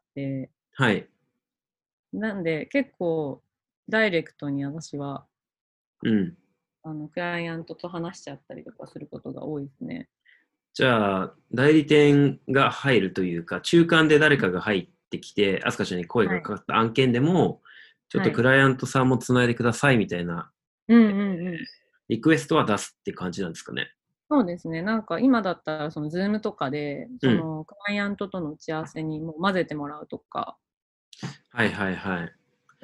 なんで結構ダイレクトに私は、クライアントと話しちゃったりとかすることが多いですね。 じゃあ、代理店が入るというか、中間で誰かが入ってきて、アスカちゃんに声がかかった案件でも、ちょっとクライアントさんもつないでくださいみたいな、リクエストは出すって感じなんですかね。 そうですね。なんか今だったら、その Zoom とかで、そのクライアントとの打ち合わせにもう混ぜてもらうとか、 はいはいはい。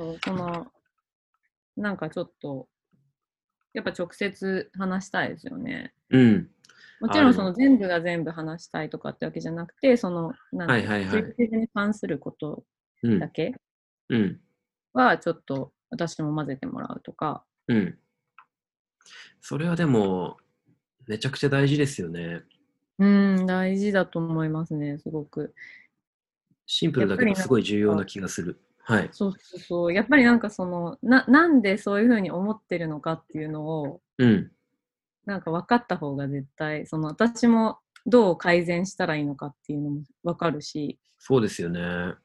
なんかちょっと、やっぱ直接話したいですよね。もちろんその全部が全部話したいとかってわけじゃなくて、その、なんていうか、クリエイティブに関することだけはちょっと私も混ぜてもらうとか。 それはでも、めちゃくちゃ大事ですよね。 大事だと思いますね、すごく。 シンプルだけどすごい重要な気がする。はい。 そうそうそう。やっぱりなんかその、なんでそういうふうに思ってるのかっていうのを、なんか分かった方が絶対、その私もどう改善したらいいのかっていうのも分かるし。 そうですよね。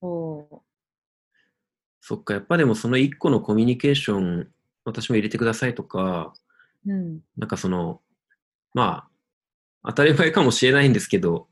そっか、やっぱでもその一個のコミュニケーション、私も入れてくださいとか、なんかその、当たり前かもしれないんですけど、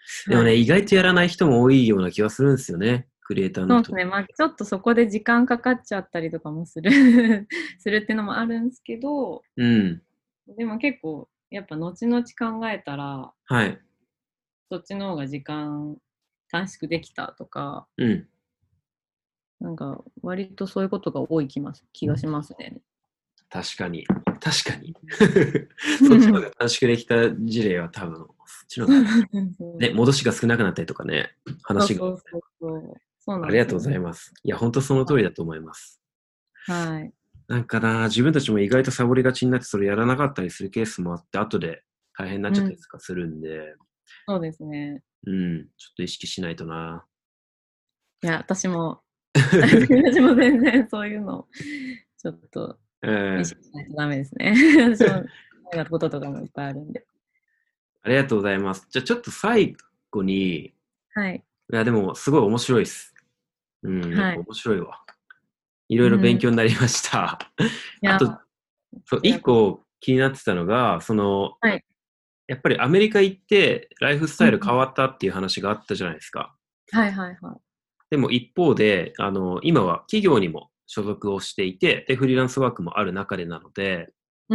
でもね、 はい。 意外とやらない人も多いような気がするんですよね。クリエイターの人。 そうですね。まあ、ちょっとそこで時間かかっちゃったりとかもするするっていうのもあるんですけど、 うん。 でも結構、やっぱ後々考えたら、 はい。 そっちの方が時間短縮できたとか、 うん。 なんか割とそういうことが多い気がしますね。 確かに。確かに。そっちの方うんが短縮できた事例は多分、そっちの方が、ね、戻しが少なくなったりとかね、 そう話が。 そうそうそう。そうありがとうなんですよね。 ございます。いや、本当その通りだと思います。 はい。 なんかな、自分たちも意外とサボりがちになって、それやらなかったりするケースもあって、後で大変になっちゃったうん。 りとかするんで、 そうですね。 うん、ちょっと意識しないとな。 いや、私も全然そういうの、ちょっとうん、 意識しないとダメですね。私も、なこととかもいっぱいあるんで。 ありがとうございます。じゃあちょっと最後に、いはい。 や、でもすごい面白いです。うん、やっはい。 ぱ面白いわ。いろいろ勉うん。 強になりました。 いや、 あと、 こそう、一ちらこそ。 個気になってたのが、 はい。 やっぱりアメリカ行ってライフスタイル変うんうん。 わったっていう話があったじゃないですか。 はいはいはい。 でも一方で、今は企業にも所属をしていて、で、フリーランスワークもある中でなので、 うん。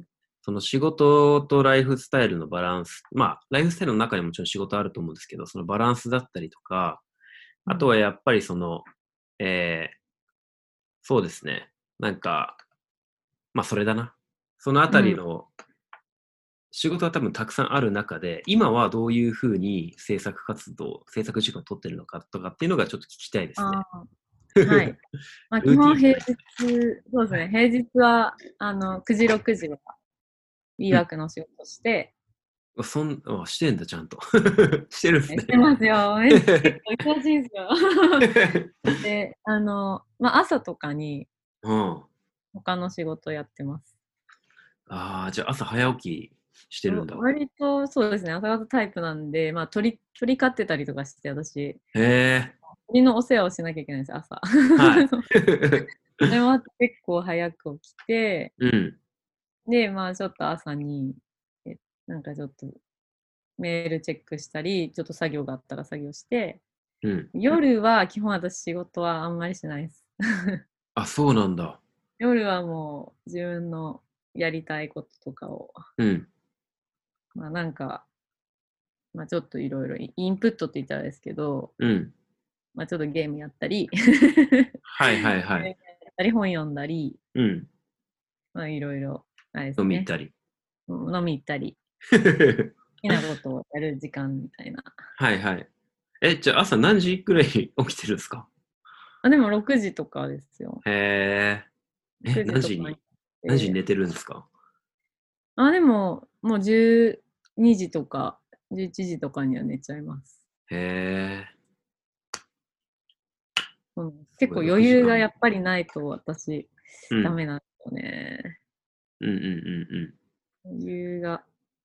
その仕事とライフスタイルのバランス、まあ、ライフスタイルの中にももちろん仕事あると思うんですけど、そのバランスだったりとか、あとうん。 はやっぱりえーそうですね。なんか、まあそれだな。そのあたりうん。 の仕事は多分たくさんある中で、今はどういうふうに制作時間を取ってるのかとかっていうのがちょっと聞きたいですね。 ああ、はい。まあ、基ルーティ本平日、 ーンじゃないですか。 そうですね。 はい。 平日は、9時、6時は B うん。 枠の仕事して、 してんだ、ちゃんと。してるんですしてね。 ますよ。結構忙しいんですよ。で、まあ、朝とかにうん。 他の仕事やってます。 ああ、じゃあ朝早起きしてるんだ。 割とそうですね、朝方タイプなんで、まあ、鳥飼ってたりとかして、私、 へえ。 鳥のお世話をしなきゃいけないんです、朝。 はい。 それもあって結構早く起きて、 うん。 で、まあ、ちょっと朝に、えなんかちょっとメールチェックしたり、ちょっと作業があったら作業して、 うん。 夜は基本私仕事はあんまりしないです。 あ、そうなんだ。 夜はもう自分のやりたいこととかを、 うん。 まあなんか、まあちょっといろいろインプットって言ったらですけど、 うん。 まあちょっとゲームやったり、 はいはいはい。 やったり本読んだり、 うん。 まあいろいろ、あれですね、 飲み行ったり。 飲み行ったり、好きなことをやる時間みたいな。 はいはい。じゃあ朝何時くらいに起きてるんですか？ あ、でも6時とかですよ。 へえ。 6時とかに何時に、何時にで、 寝てるんですか？ あ、でも、もう12時とか11時とかには寝ちゃいます。 へえ。 うん、 すごい、 結構余 6 裕が時間も。 やっぱりないと私、 うん。 ダメなんですよね。 うんうんうんうん。 余裕が。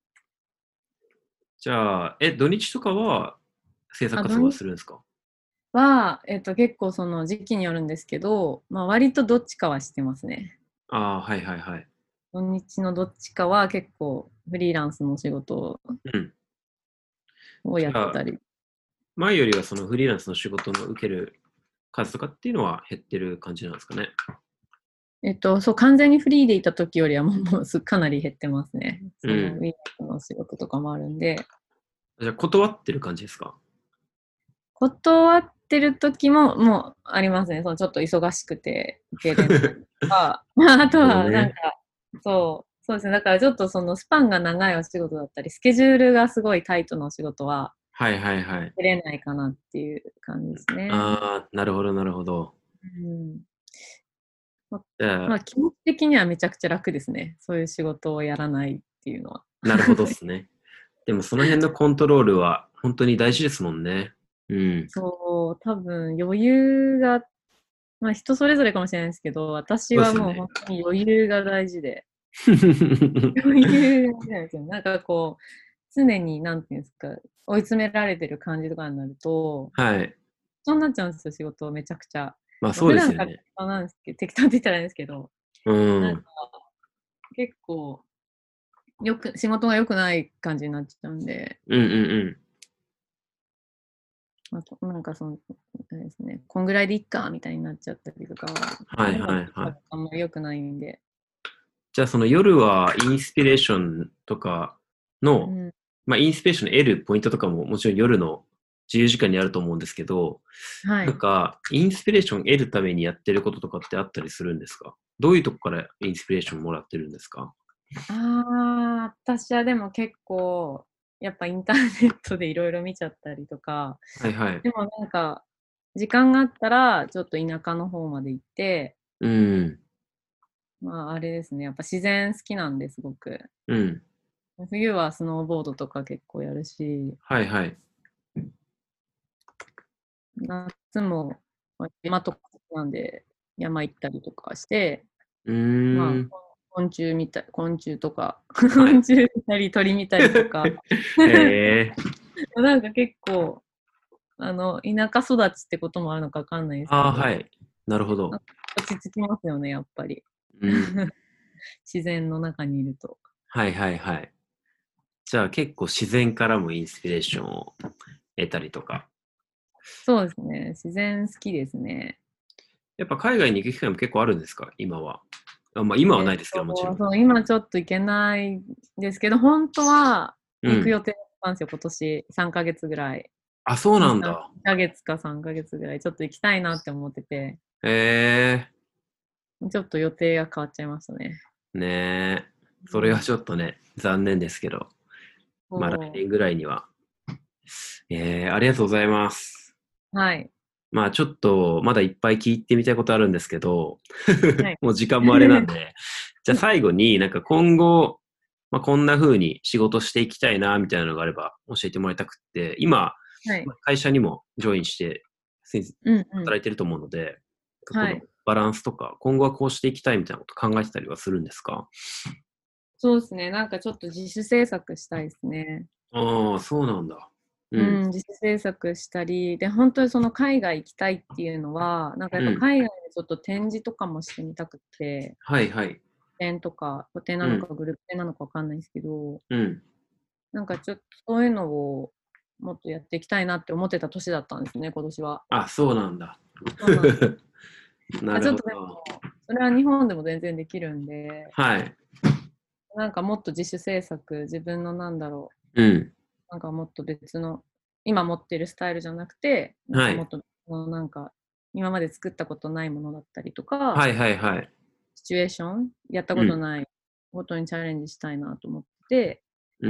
じゃあ、土日とかは制作あ、 活動は土日するんですか？ は、結構その時期によるんですけど、まあ、割とどっちかはしてますね。 ああー、はいはいはい。 土日のどっちかは結構フリーランスの仕事うん。 をじゃあ、 やったり。 前よりはそのフリーランスの仕事の受ける数とかっていうのは減ってる感じなんですかね。 そう、完全にフリーでいた時よりはもうかなり減ってますね。そのウうん。 ィークの仕事とかもあるんで、 じゃあ、断ってる感じですか？ 断ってる時ももうありますね。そのちょっと忙しくて受けれないとか、まあ、あとなるほどはなんか、 ね。 そうですね。だからちょっとそのスパンが長いお仕事だったり、スケジュールがすごいタイトなお仕事ははいはいはい。 受けれないかなっていう感じですね。 ああ、なるほどなるほど。 うん。まじゃあ、 まあ、気持ち的にはめちゃくちゃ楽ですね。そういう仕事をやらないっていうのは。 なるほどっすね。でもその辺のコントロールは本当に大事ですもんね。うん。 そう、多分余裕が、まあ人それぞれかもしれないですけど、私はそうですよね。 もう本当に余裕が大事で、余裕が大事なんですよ。なんかこう、常に、なんていうんですか、追い詰められてる感じとかになると、 はい。 そうなっちゃうんですよ、仕事をめちゃくちゃ。 まあまあ、 そうですよね。 普段から適当なんですけど、適当って言ったらあれですけど、 うなんかん。 結構、仕事が良くない感じになっちゃうんで、 うんうんうん。 なんかあれですね、こんぐらいでいっかみたいになっちゃったりとか、 はいはいはい。 あんまり良くないんで。 じゃあその夜はインスピレーションとかの、 うん、 まあインスピレーションの得るポイントとかももちろん夜の自由時間にあると思うんですけど、 はい。 なんかインスピレーションを得るためにやってることとかってあったりするんですか？どういうとこからインスピレーションもらってるんですか？ 私はでも結構、やっぱインターネットでいろいろ見ちゃったりとか、 はいはい。 でもなんか、時間があったら、ちょっと田舎の方まで行って、 うん。 まああれですね、やっぱ自然好きなんですごく。 うん。 冬はスノーボードとか結構やるし、 はいはい。 夏も山とかなんで山行ったりとかして、 うーまあん。 昆虫とか、 はい。 昆虫見たり鳥見たりとか、 へえ。 なんか結構、田舎育ちってこともあるのかわかんないですけああ、はど、 い。なるほど。 なんか落ち着きますよね、やっぱり。 うん。 自然の中にいると。 はいはいはい。じゃあ結構自然からもインスピレーションを得たりとか。 そうですね、自然好きですね。 やっぱ海外に行く機会も結構あるんですか今は？まあ今はないですけどもちろん。 そう、今ちょっと行けないですけど、本当はうん。 行く予定だったんですよ、今年3ヶ月ぐらい。 あ、そう 2、3 なんだ。 ヶ月か3ヶ月ぐらい、ちょっと行きたいなって思ってて、 へえ。 ちょっと予定が変わっちゃいましたね。 ねえ。それはうん、 ちょっとね、残念ですけど。まあ来そ年ぐらいには。ありがとうございます。 う。はい。 まあちょっとまだいっぱい聞いてみたいことあるんですけど、 はい。 もう時間もあれなんで、じゃあ最後になんか今後、まあ、こんな風に仕事していきたいなみたいなのがあれば教えてもらいたくって、今、 はい。 会社にもジョインしてうんうん。 働いてると思うので、このはい。 バランスとか、今後はこうしていきたいみたいなこと考えてたりはするんですか？ そうですね。なんかちょっと自主制作したいですね。 ああ、そうなんだ。うん。 うん、自主制作したり、で、本当にその海外行きたいっていうのは、なんかやっぱうん。 海外でちょっと展示とかもしてみたくて、 はいはい。 展とか、個展なうん。 のかグループ展なのかわかんないですけど、 うん。 なんかちょっとそういうのをもっとやっていきたいなって思ってた年だったんですね、今年は。 あ、そうなんだ。 そうなんです。 なるちょっとでほど。 も、それは日本でも全然できるんで、 はい。 なんかもっと自主制作、自分のなんだろうん。 う、なんかもっと別の、今持ってるスタイルじゃなくて、なんはい。 かもっと、なんか、今まで作ったことないものだったりとか、 はいはいはい。 シチュエーション、やったうん。 ことないことにチャレンジしたいなと思ってて、 うん。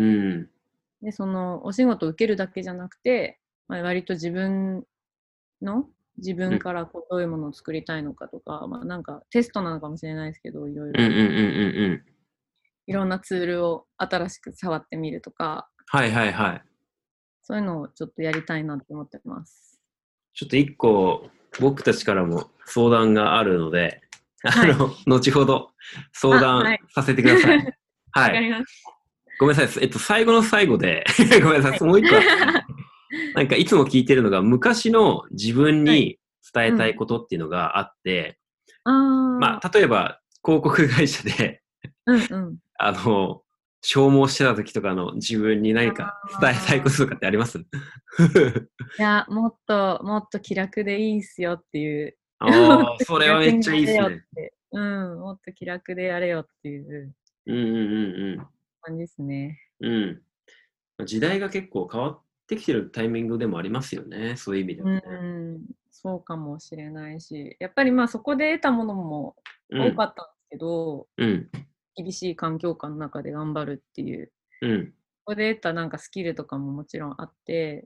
で、そのお仕事を受けるだけじゃなくて、まあ、割との自うん。 分からこうどういうものを作りたいのかとか、まあ、なんかテストなのかもしれないですけど、いろいろ、 うんうんうんうんうん。 いろんなツールを新しく触ってみるとか、 はいはいはい。 そういうのをちょっとやりたいなって思ってます。 ちょっと一個、僕たちからも相談があるので、 はい。 後ほど相はい。 談させてください。はい。 わかります。 ごめんなさい。最後の最後でごめんなさい。 はい。 もう一個あって、なんかいつも聞いてるのが、昔の自分はい。 に伝えうん。 たいことっていうのがあって、まあ、 ああ、 例えば、広告会社でうんうん。 消耗してた時とかの自分に何か伝えたいこととかってあります？ いや、もっと気楽でいいっすよっていう、もっああ、 とそ気楽れはめっちゃいいにやれよっですね。 て、うん、もっと気楽でやれよっていううんうん感じですね。 うんうん。うん。時代が結構変わってきてるタイミングでもありますよね。そういう意味でもうね。 ん、そうかもしれないし、やっぱりまあそこで得たものもうん。 多かったんですけど、 うん。 厳しい環境下の中で頑張るっていう、 うん。 ここで得たなんかスキルとかももちろんあって、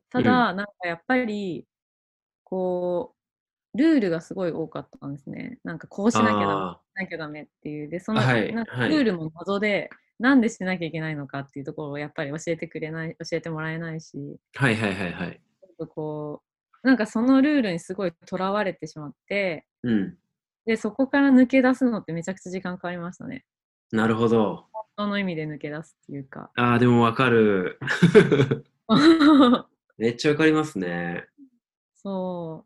たうん。 だ、なんかやっぱり、こルールがすごい多かったんですね。なんかこうしなきゃダメ、 あしなきゃダメっていう。で、 あ、はい、 なんかはい。 ルールも謎で、なんでしなきゃいけないのかっていうところをやっぱり教えてもらえないし、 はいはいはいはい。 ちょっとなんかそのルールにすごいとらわれてしまって、 うん。 で、そこから抜け出すのってめちゃくちゃ時間かかりましたね。 なるほど。 本当の意味で抜け出すっていうか。 ああ、でもわかる。めっちゃわかりますね。 そう。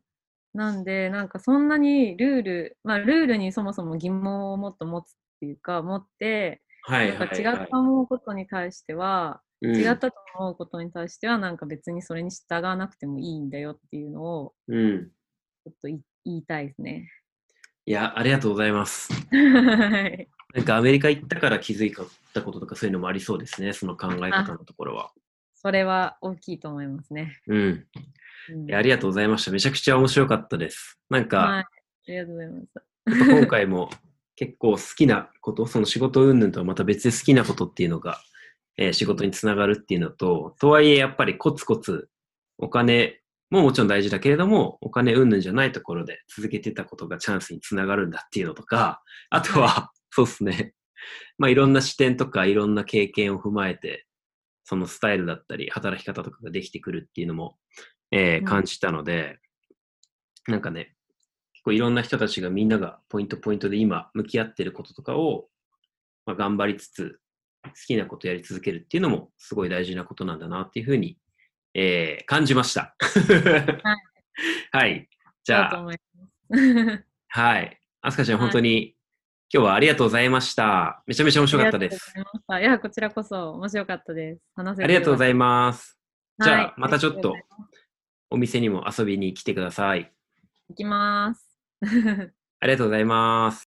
なんで、なんかそんなにルールにそもそも疑問をもっと持つっていうか、持って、 はいはなんか違っいはい。 た思うことに対しては、 違ったと思うことに対しては、なんか別にそれに従わなくてもいいんだよっていうのを、ちょっと言いたいですね。 いや、ありがとうございます。 はい。 なんかアメリカ行ったから気づいたこととかそういうのもありそうですね、その考え方のところは。 それは大きいと思いますね。 いや、ありがとうございました。めちゃくちゃ面白かったです。なんか、 はい。ありがとうございます。 やっぱ今回も結構好きなこと、その仕事云々とはまた別で好きなことっていうのが、仕事につながるっていうのと、とはいえやっぱりコツコツお金ももちろん大事だけれども、お金云々じゃないところで続けてたことがチャンスにつながるんだっていうのとか、あとは、そうですね。まあいろんな視点とかいろんな経験を踏まえて、そのスタイルだったり、働き方とかができてくるっていうのも、感じたので、なんかね、結構いろんな人たちがみんながポイントで今向き合ってることとかを、まあ、頑張りつつ、好きなことやり続けるっていうのもすごい大事なことなんだなっていうふうに、感じました。 はい。 はい。じゃあ、 だと思います。 はい。あすかちゃん、 はい。 本当に今日はありがとうございました。めちゃめちゃ面白かありがとうござったです。 いました。いや、こちらこそ面白かったです。話あせてよかった。 りがとうございます。じはい。 ゃあ、またちょっありがとうございとます。 お店にも遊びに来てください。 行きます。 ありがとうございます。